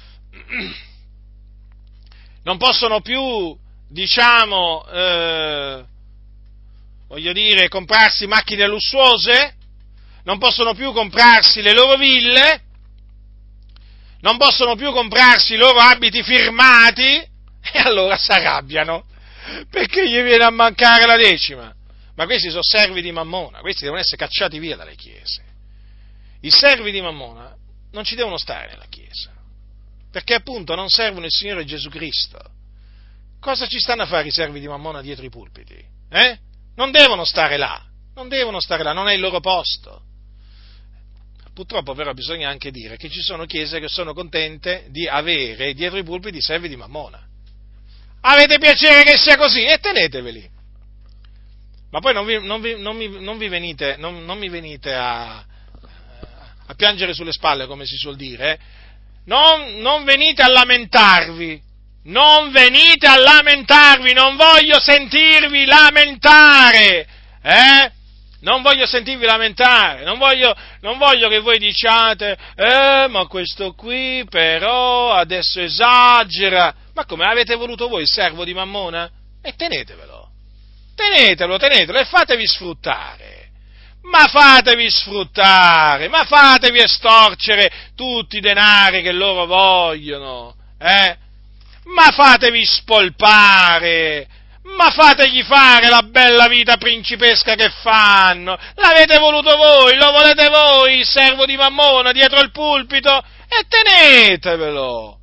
non possono più, diciamo, eh, voglio dire, comprarsi macchine lussuose, non possono più comprarsi le loro ville, non possono più comprarsi i loro abiti firmati, e allora si arrabbiano, perché gli viene a mancare la decima. Ma questi sono servi di Mammona, questi devono essere cacciati via dalle chiese. I servi di Mammona non ci devono stare nella Chiesa, perché appunto non servono il Signore Gesù Cristo. Cosa ci stanno a fare i servi di Mammona dietro i pulpiti? Eh? Non devono stare là, non devono stare là, non è il loro posto. Purtroppo però bisogna anche dire che ci sono chiese che sono contente di avere dietro i pulpiti i servi di Mammona. Avete piacere che sia così? E teneteveli. Ma poi non vi, non vi, non mi, non vi venite, non, non mi venite a... a piangere sulle spalle, come si suol dire, eh? non, non venite a lamentarvi, non venite a lamentarvi, non voglio sentirvi lamentare, eh? Non voglio sentirvi lamentare, non voglio, non voglio che voi diciate, eh, ma questo qui però adesso esagera. Ma come, avete voluto voi il servo di Mammona? E tenetevelo, tenetelo, tenetelo e fatevi sfruttare. Ma fatevi sfruttare, ma fatevi estorcere tutti i denari che loro vogliono, eh? Ma fatevi spolpare, ma fategli fare la bella vita principesca che fanno. L'avete voluto voi, lo volete voi, il servo di Mammona dietro il pulpito? E tenetevelo.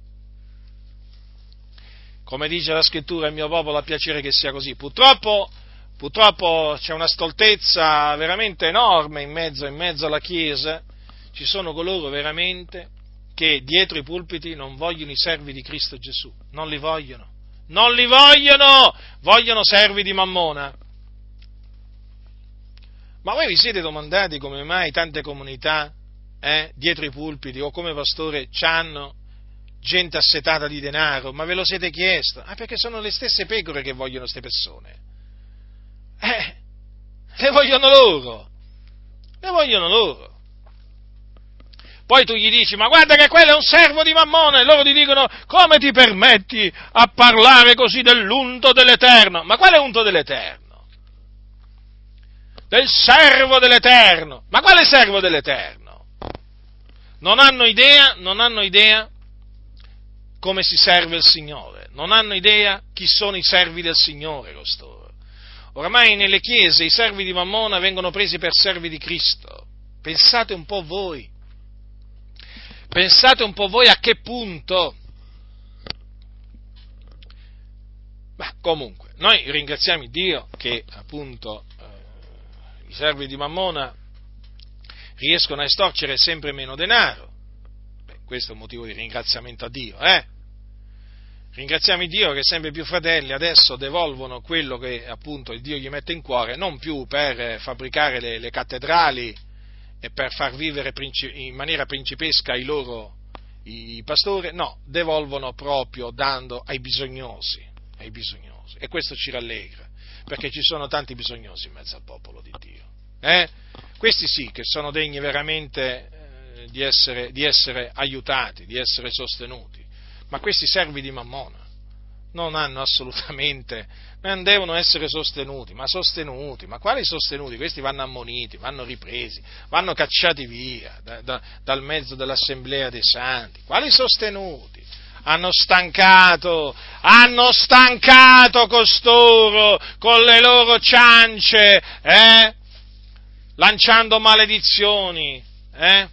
Come dice la scrittura, il mio popolo ha piacere che sia così. Purtroppo... Purtroppo c'è una stoltezza veramente enorme in mezzo, in mezzo alla Chiesa, ci sono coloro veramente che dietro i pulpiti non vogliono i servi di Cristo Gesù, non li vogliono, non li vogliono, vogliono servi di Mammona. Ma voi vi siete domandati come mai tante comunità eh, dietro i pulpiti o come pastore c'hanno gente assetata di denaro? Ma ve lo siete chiesto? Ah, perché sono le stesse pecore che vogliono queste persone. Eh, le vogliono loro, le vogliono loro. Poi tu gli dici, ma guarda che quello è un servo di Mammona, e loro ti dicono, come ti permetti a parlare così dell'unto dell'Eterno? Ma quale unto dell'Eterno? Del servo dell'Eterno. Ma quale servo dell'Eterno? Non hanno idea, non hanno idea come si serve il Signore, non hanno idea chi sono i servi del Signore costoro. Oramai nelle chiese i servi di Mammona vengono presi per servi di Cristo. Pensate un po' voi. Pensate un po' voi a che punto. Ma comunque, noi ringraziamo Dio che appunto eh, i servi di Mammona riescono a estorcere sempre meno denaro. Beh, questo è un motivo di ringraziamento a Dio, eh? Ringraziamo Dio che sempre più fratelli adesso devolvono quello che appunto il Dio gli mette in cuore, non più per fabbricare le, le cattedrali e per far vivere in maniera principesca i loro i, i pastori, no, devolvono proprio dando ai bisognosi, ai bisognosi. E questo ci rallegra, perché ci sono tanti bisognosi in mezzo al popolo di Dio. Eh? Questi sì che sono degni veramente eh, di essere, di essere aiutati, di essere sostenuti. Ma questi servi di Mammona non hanno assolutamente, non devono essere sostenuti, ma sostenuti, ma quali sostenuti? Questi vanno ammoniti, vanno ripresi, vanno cacciati via da, da, dal mezzo dell'assemblea dei santi, quali sostenuti? Hanno stancato, hanno stancato costoro con le loro ciance, eh? Lanciando maledizioni, eh?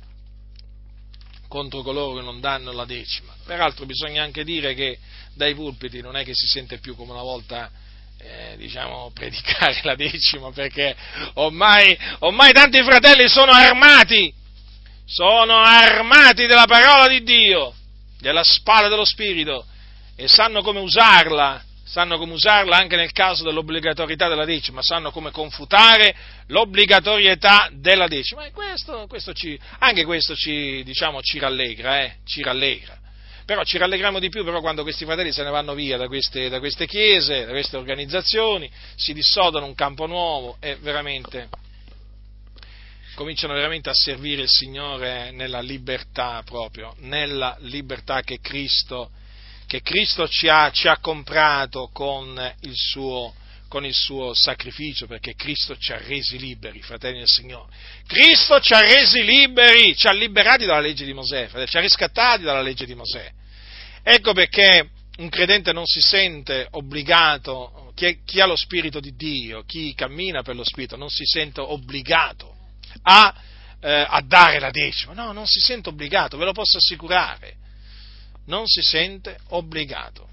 Contro coloro che non danno la decima. Peraltro bisogna anche dire che dai pulpiti non è che si sente più come una volta, eh, diciamo, predicare la decima, perché ormai, ormai tanti fratelli sono armati, sono armati della parola di Dio, della spada dello Spirito, e sanno come usarla, sanno come usarla anche nel caso dell'obbligatorietà della decima, sanno come confutare l'obbligatorietà della decima, e questo, questo ci, anche questo ci, diciamo, ci rallegra, eh, ci rallegra. Però ci rallegriamo di più però quando questi fratelli se ne vanno via da queste, da queste chiese, da queste organizzazioni, si dissodano un campo nuovo e veramente cominciano veramente a servire il Signore nella libertà proprio, nella libertà che Cristo, che Cristo ci ha, ci ha comprato con il suo, con il suo sacrificio, perché Cristo ci ha resi liberi, fratelli del Signore. Cristo ci ha resi liberi, ci ha liberati dalla legge di Mosè, ci ha riscattati dalla legge di Mosè. Ecco perché un credente non si sente obbligato, chi, chi ha lo Spirito di Dio, chi cammina per lo Spirito, non si sente obbligato a, eh, a dare la decima, no, non si sente obbligato, ve lo posso assicurare, non si sente obbligato.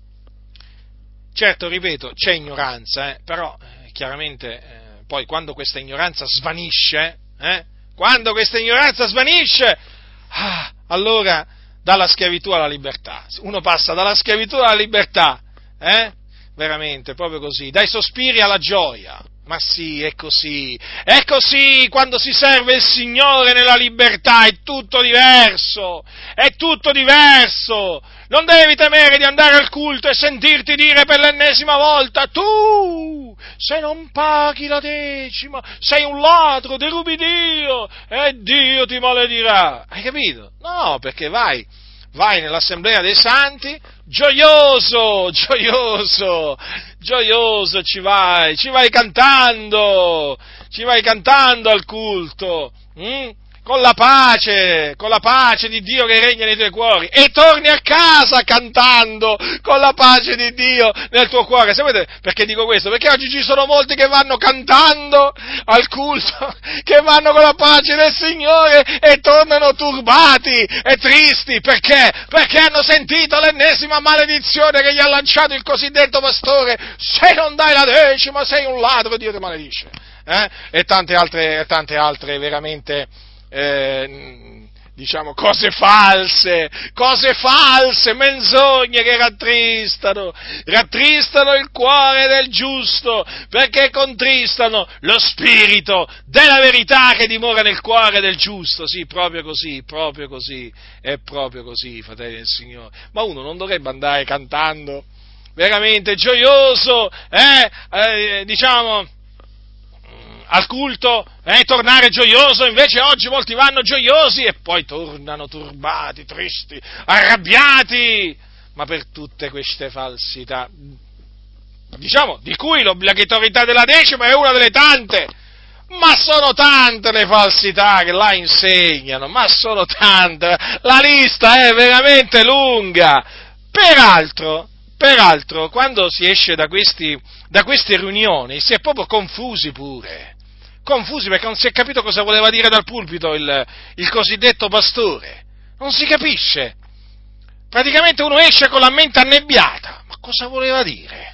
Certo, ripeto, c'è ignoranza, eh, però eh, chiaramente eh, poi quando questa ignoranza svanisce, eh, quando questa ignoranza svanisce, ah, allora dalla schiavitù alla libertà, uno passa dalla schiavitù alla libertà, eh, veramente, proprio così, dai sospiri alla gioia. Ma sì, è così, è così, quando si serve il Signore nella libertà è tutto diverso, è tutto diverso, non devi temere di andare al culto e sentirti dire per l'ennesima volta, tu, se non paghi la decima, sei un ladro, derubi Dio, e Dio ti maledirà, hai capito? No, perché vai, vai nell'assemblea dei santi, gioioso, gioioso, gioioso ci vai, ci vai cantando, ci vai cantando al culto, hm? Con la pace, con la pace di Dio che regna nei tuoi cuori, e torni a casa cantando con la pace di Dio nel tuo cuore. Sapete perché dico questo? Perché oggi ci sono molti che vanno cantando al culto, che vanno con la pace del Signore e tornano turbati e tristi. Perché? Perché hanno sentito l'ennesima maledizione che gli ha lanciato il cosiddetto pastore: se non dai la decima sei un ladro, Dio ti maledisce. Eh? E tante altre, tante altre veramente... Eh, diciamo cose false, cose false, menzogne che rattristano, rattristano il cuore del giusto, perché contristano lo spirito della verità che dimora nel cuore del giusto. Sì, proprio così, proprio così, è proprio così, fratelli del Signore. Ma uno non dovrebbe andare cantando veramente gioioso, eh, eh diciamo, al culto, eh, tornare gioioso, invece oggi molti vanno gioiosi e poi tornano turbati, tristi, arrabbiati, ma per tutte queste falsità, diciamo, di cui l'obbligatorietà della decima è una delle tante, ma sono tante le falsità che là insegnano, ma sono tante, la lista è veramente lunga. Peraltro, peraltro, quando si esce da questi, da queste riunioni si è proprio confusi pure, confusi perché non si è capito cosa voleva dire dal pulpito il, il cosiddetto pastore, non si capisce, praticamente uno esce con la mente annebbiata, ma cosa voleva dire?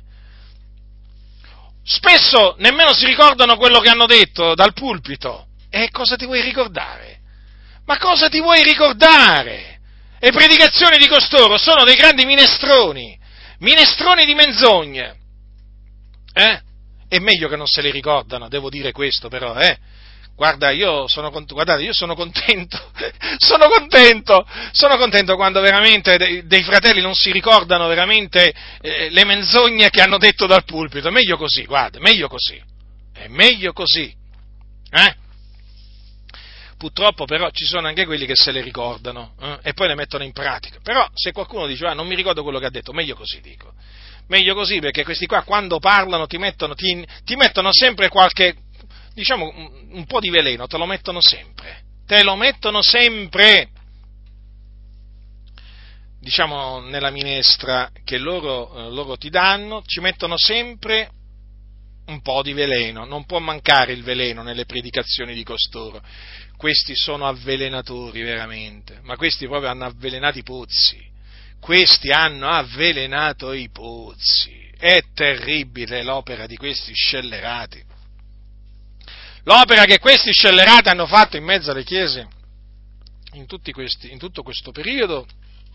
Spesso nemmeno si ricordano quello che hanno detto dal pulpito, e cosa ti vuoi ricordare? Ma cosa ti vuoi ricordare? Le predicazioni di costoro sono dei grandi minestroni, minestroni di menzogne, eh? È meglio che non se le ricordano, devo dire questo però, eh? Guarda, io sono, guardate, io sono contento, sono contento, sono contento quando veramente dei, dei fratelli non si ricordano veramente eh, le menzogne che hanno detto dal pulpito. Meglio così, guarda, meglio così, è meglio così, eh? purtroppo però ci sono anche quelli che se le ricordano eh, e poi le mettono in pratica. Però se qualcuno dice, ah, non mi ricordo quello che ha detto, meglio così, dico. Meglio così, perché questi qua quando parlano ti mettono, ti, ti mettono sempre qualche, diciamo, un, un po' di veleno, te lo mettono sempre. Te lo mettono sempre. Diciamo, nella minestra che loro, loro ti danno, ci mettono sempre un po' di veleno, non può mancare il veleno nelle predicazioni di costoro. Questi sono avvelenatori veramente, ma questi proprio hanno avvelenato i pozzi, questi hanno avvelenato i pozzi, è terribile l'opera di questi scellerati, l'opera che questi scellerati hanno fatto in mezzo alle chiese in, tutti questi, in tutto questo periodo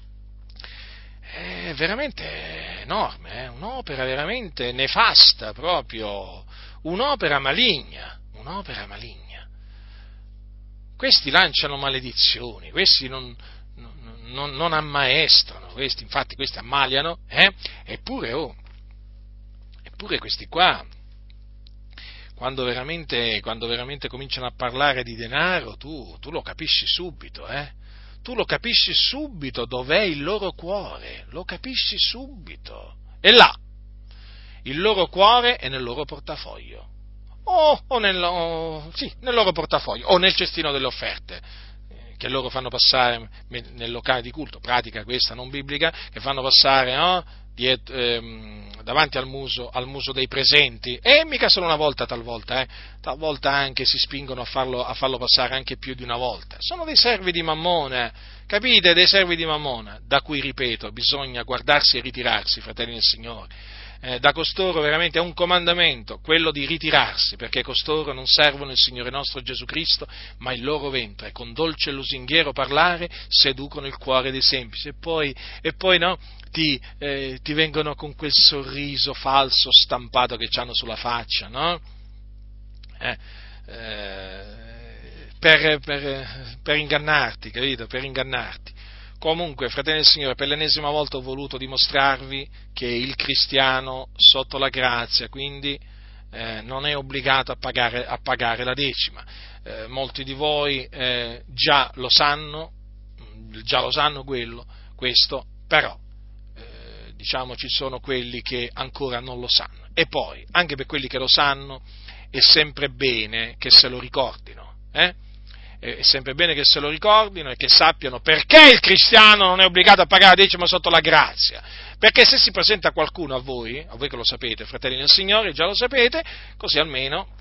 è veramente enorme, è un'opera veramente nefasta proprio, un'opera maligna, un'opera maligna. Questi lanciano maledizioni, questi non, non, non ammaestrano, questi, infatti questi ammaliano, eh? eppure, oh, eppure questi qua, quando veramente, quando veramente cominciano a parlare di denaro, tu, tu lo capisci subito, eh? Tu lo capisci subito dov'è il loro cuore, lo capisci subito. E là, il loro cuore è nel loro portafoglio, o, o, nel, o sì, nel loro portafoglio, o nel cestino delle offerte, eh, che loro fanno passare nel locale di culto, pratica questa non biblica, che fanno passare, no? Diet, ehm, davanti al muso, al muso dei presenti, e mica solo una volta talvolta, eh, talvolta anche si spingono a farlo, a farlo passare anche più di una volta. Sono dei servi di Mammona, capite? Dei servi di Mammona, da cui, ripeto, bisogna guardarsi e ritirarsi, fratelli del Signore. Eh, da costoro veramente è un comandamento, quello di ritirarsi, perché costoro non servono il Signore nostro Gesù Cristo, ma il loro ventre, con dolce e lusinghiero parlare, seducono il cuore dei semplici, e poi, e poi no, ti, eh, ti vengono con quel sorriso falso stampato che hanno sulla faccia, no? Eh, eh, per, per, per ingannarti, capito? Per ingannarti. Comunque, fratelli del Signore, per l'ennesima volta ho voluto dimostrarvi che il cristiano sotto la grazia, quindi, eh, non è obbligato a pagare, a pagare la decima. Eh, molti di voi eh, già lo sanno, già lo sanno quello, questo, però, eh, diciamo, ci sono quelli che ancora non lo sanno. E poi, anche per quelli che lo sanno, è sempre bene che se lo ricordino, eh? È sempre bene che se lo ricordino e che sappiano perché il cristiano non è obbligato a pagare la decima sotto la grazia. Perché se si presenta qualcuno a voi, a voi che lo sapete, fratelli del Signore, già lo sapete, così almeno,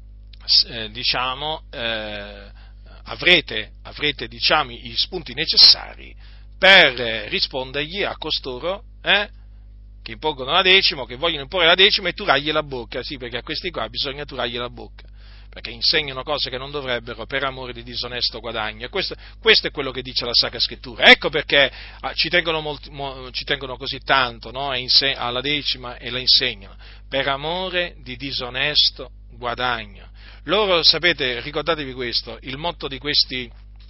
eh, diciamo, eh, avrete, avrete, diciamo, gli spunti necessari per eh, rispondergli a costoro, eh, che impongono la decima, che vogliono imporre la decima, e turargli la bocca, sì, perché a questi qua bisogna turargli la bocca, perché insegnano cose che non dovrebbero per amore di disonesto guadagno. E questo, questo è quello che dice la Sacra Scrittura. Ecco perché ah, ci, tengono molti, mo, ci tengono così tanto, no? Inse- alla decima, e la insegnano, per amore di disonesto guadagno. Loro, sapete, ricordatevi questo, il motto di questi,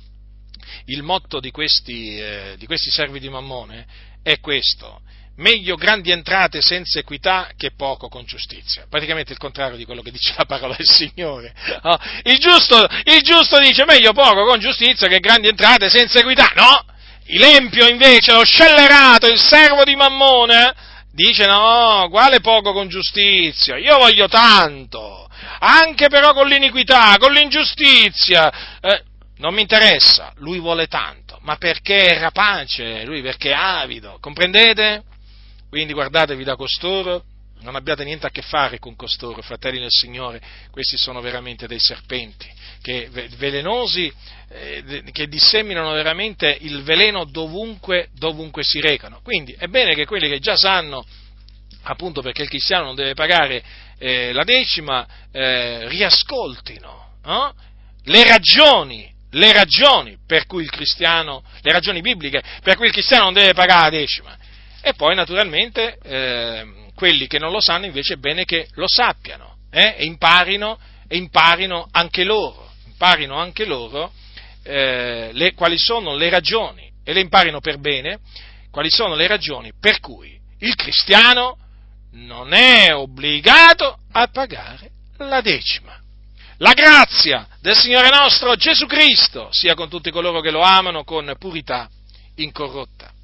il motto di questi, eh, di questi servi di Mammone è questo: meglio grandi entrate senza equità che poco con giustizia. Praticamente il contrario di quello che dice la parola del Signore. No? Il giusto, il giusto dice meglio poco con giustizia che grandi entrate senza equità. No! L'empio invece, lo scellerato, il servo di Mammone, dice no, quale poco con giustizia? Io voglio tanto, anche però con l'iniquità, con l'ingiustizia. Eh, non mi interessa, lui vuole tanto, ma perché è rapace, lui perché è avido, comprendete? Quindi guardatevi da costoro, non abbiate niente a che fare con costoro, fratelli del Signore, questi sono veramente dei serpenti, che, velenosi, eh, che disseminano veramente il veleno dovunque, dovunque si recano. Quindi è bene che quelli che già sanno, appunto perché il cristiano non deve pagare eh, la decima, eh, riascoltino no? le ragioni, le ragioni per cui il cristiano, le ragioni bibliche per cui il cristiano non deve pagare la decima. E poi naturalmente eh, quelli che non lo sanno invece è bene che lo sappiano eh, e imparino, e imparino anche loro, imparino anche loro eh, le, quali sono le ragioni, e le imparino per bene, quali sono le ragioni per cui il cristiano non è obbligato a pagare la decima. La grazia del Signore nostro Gesù Cristo sia con tutti coloro che lo amano con purità incorrotta.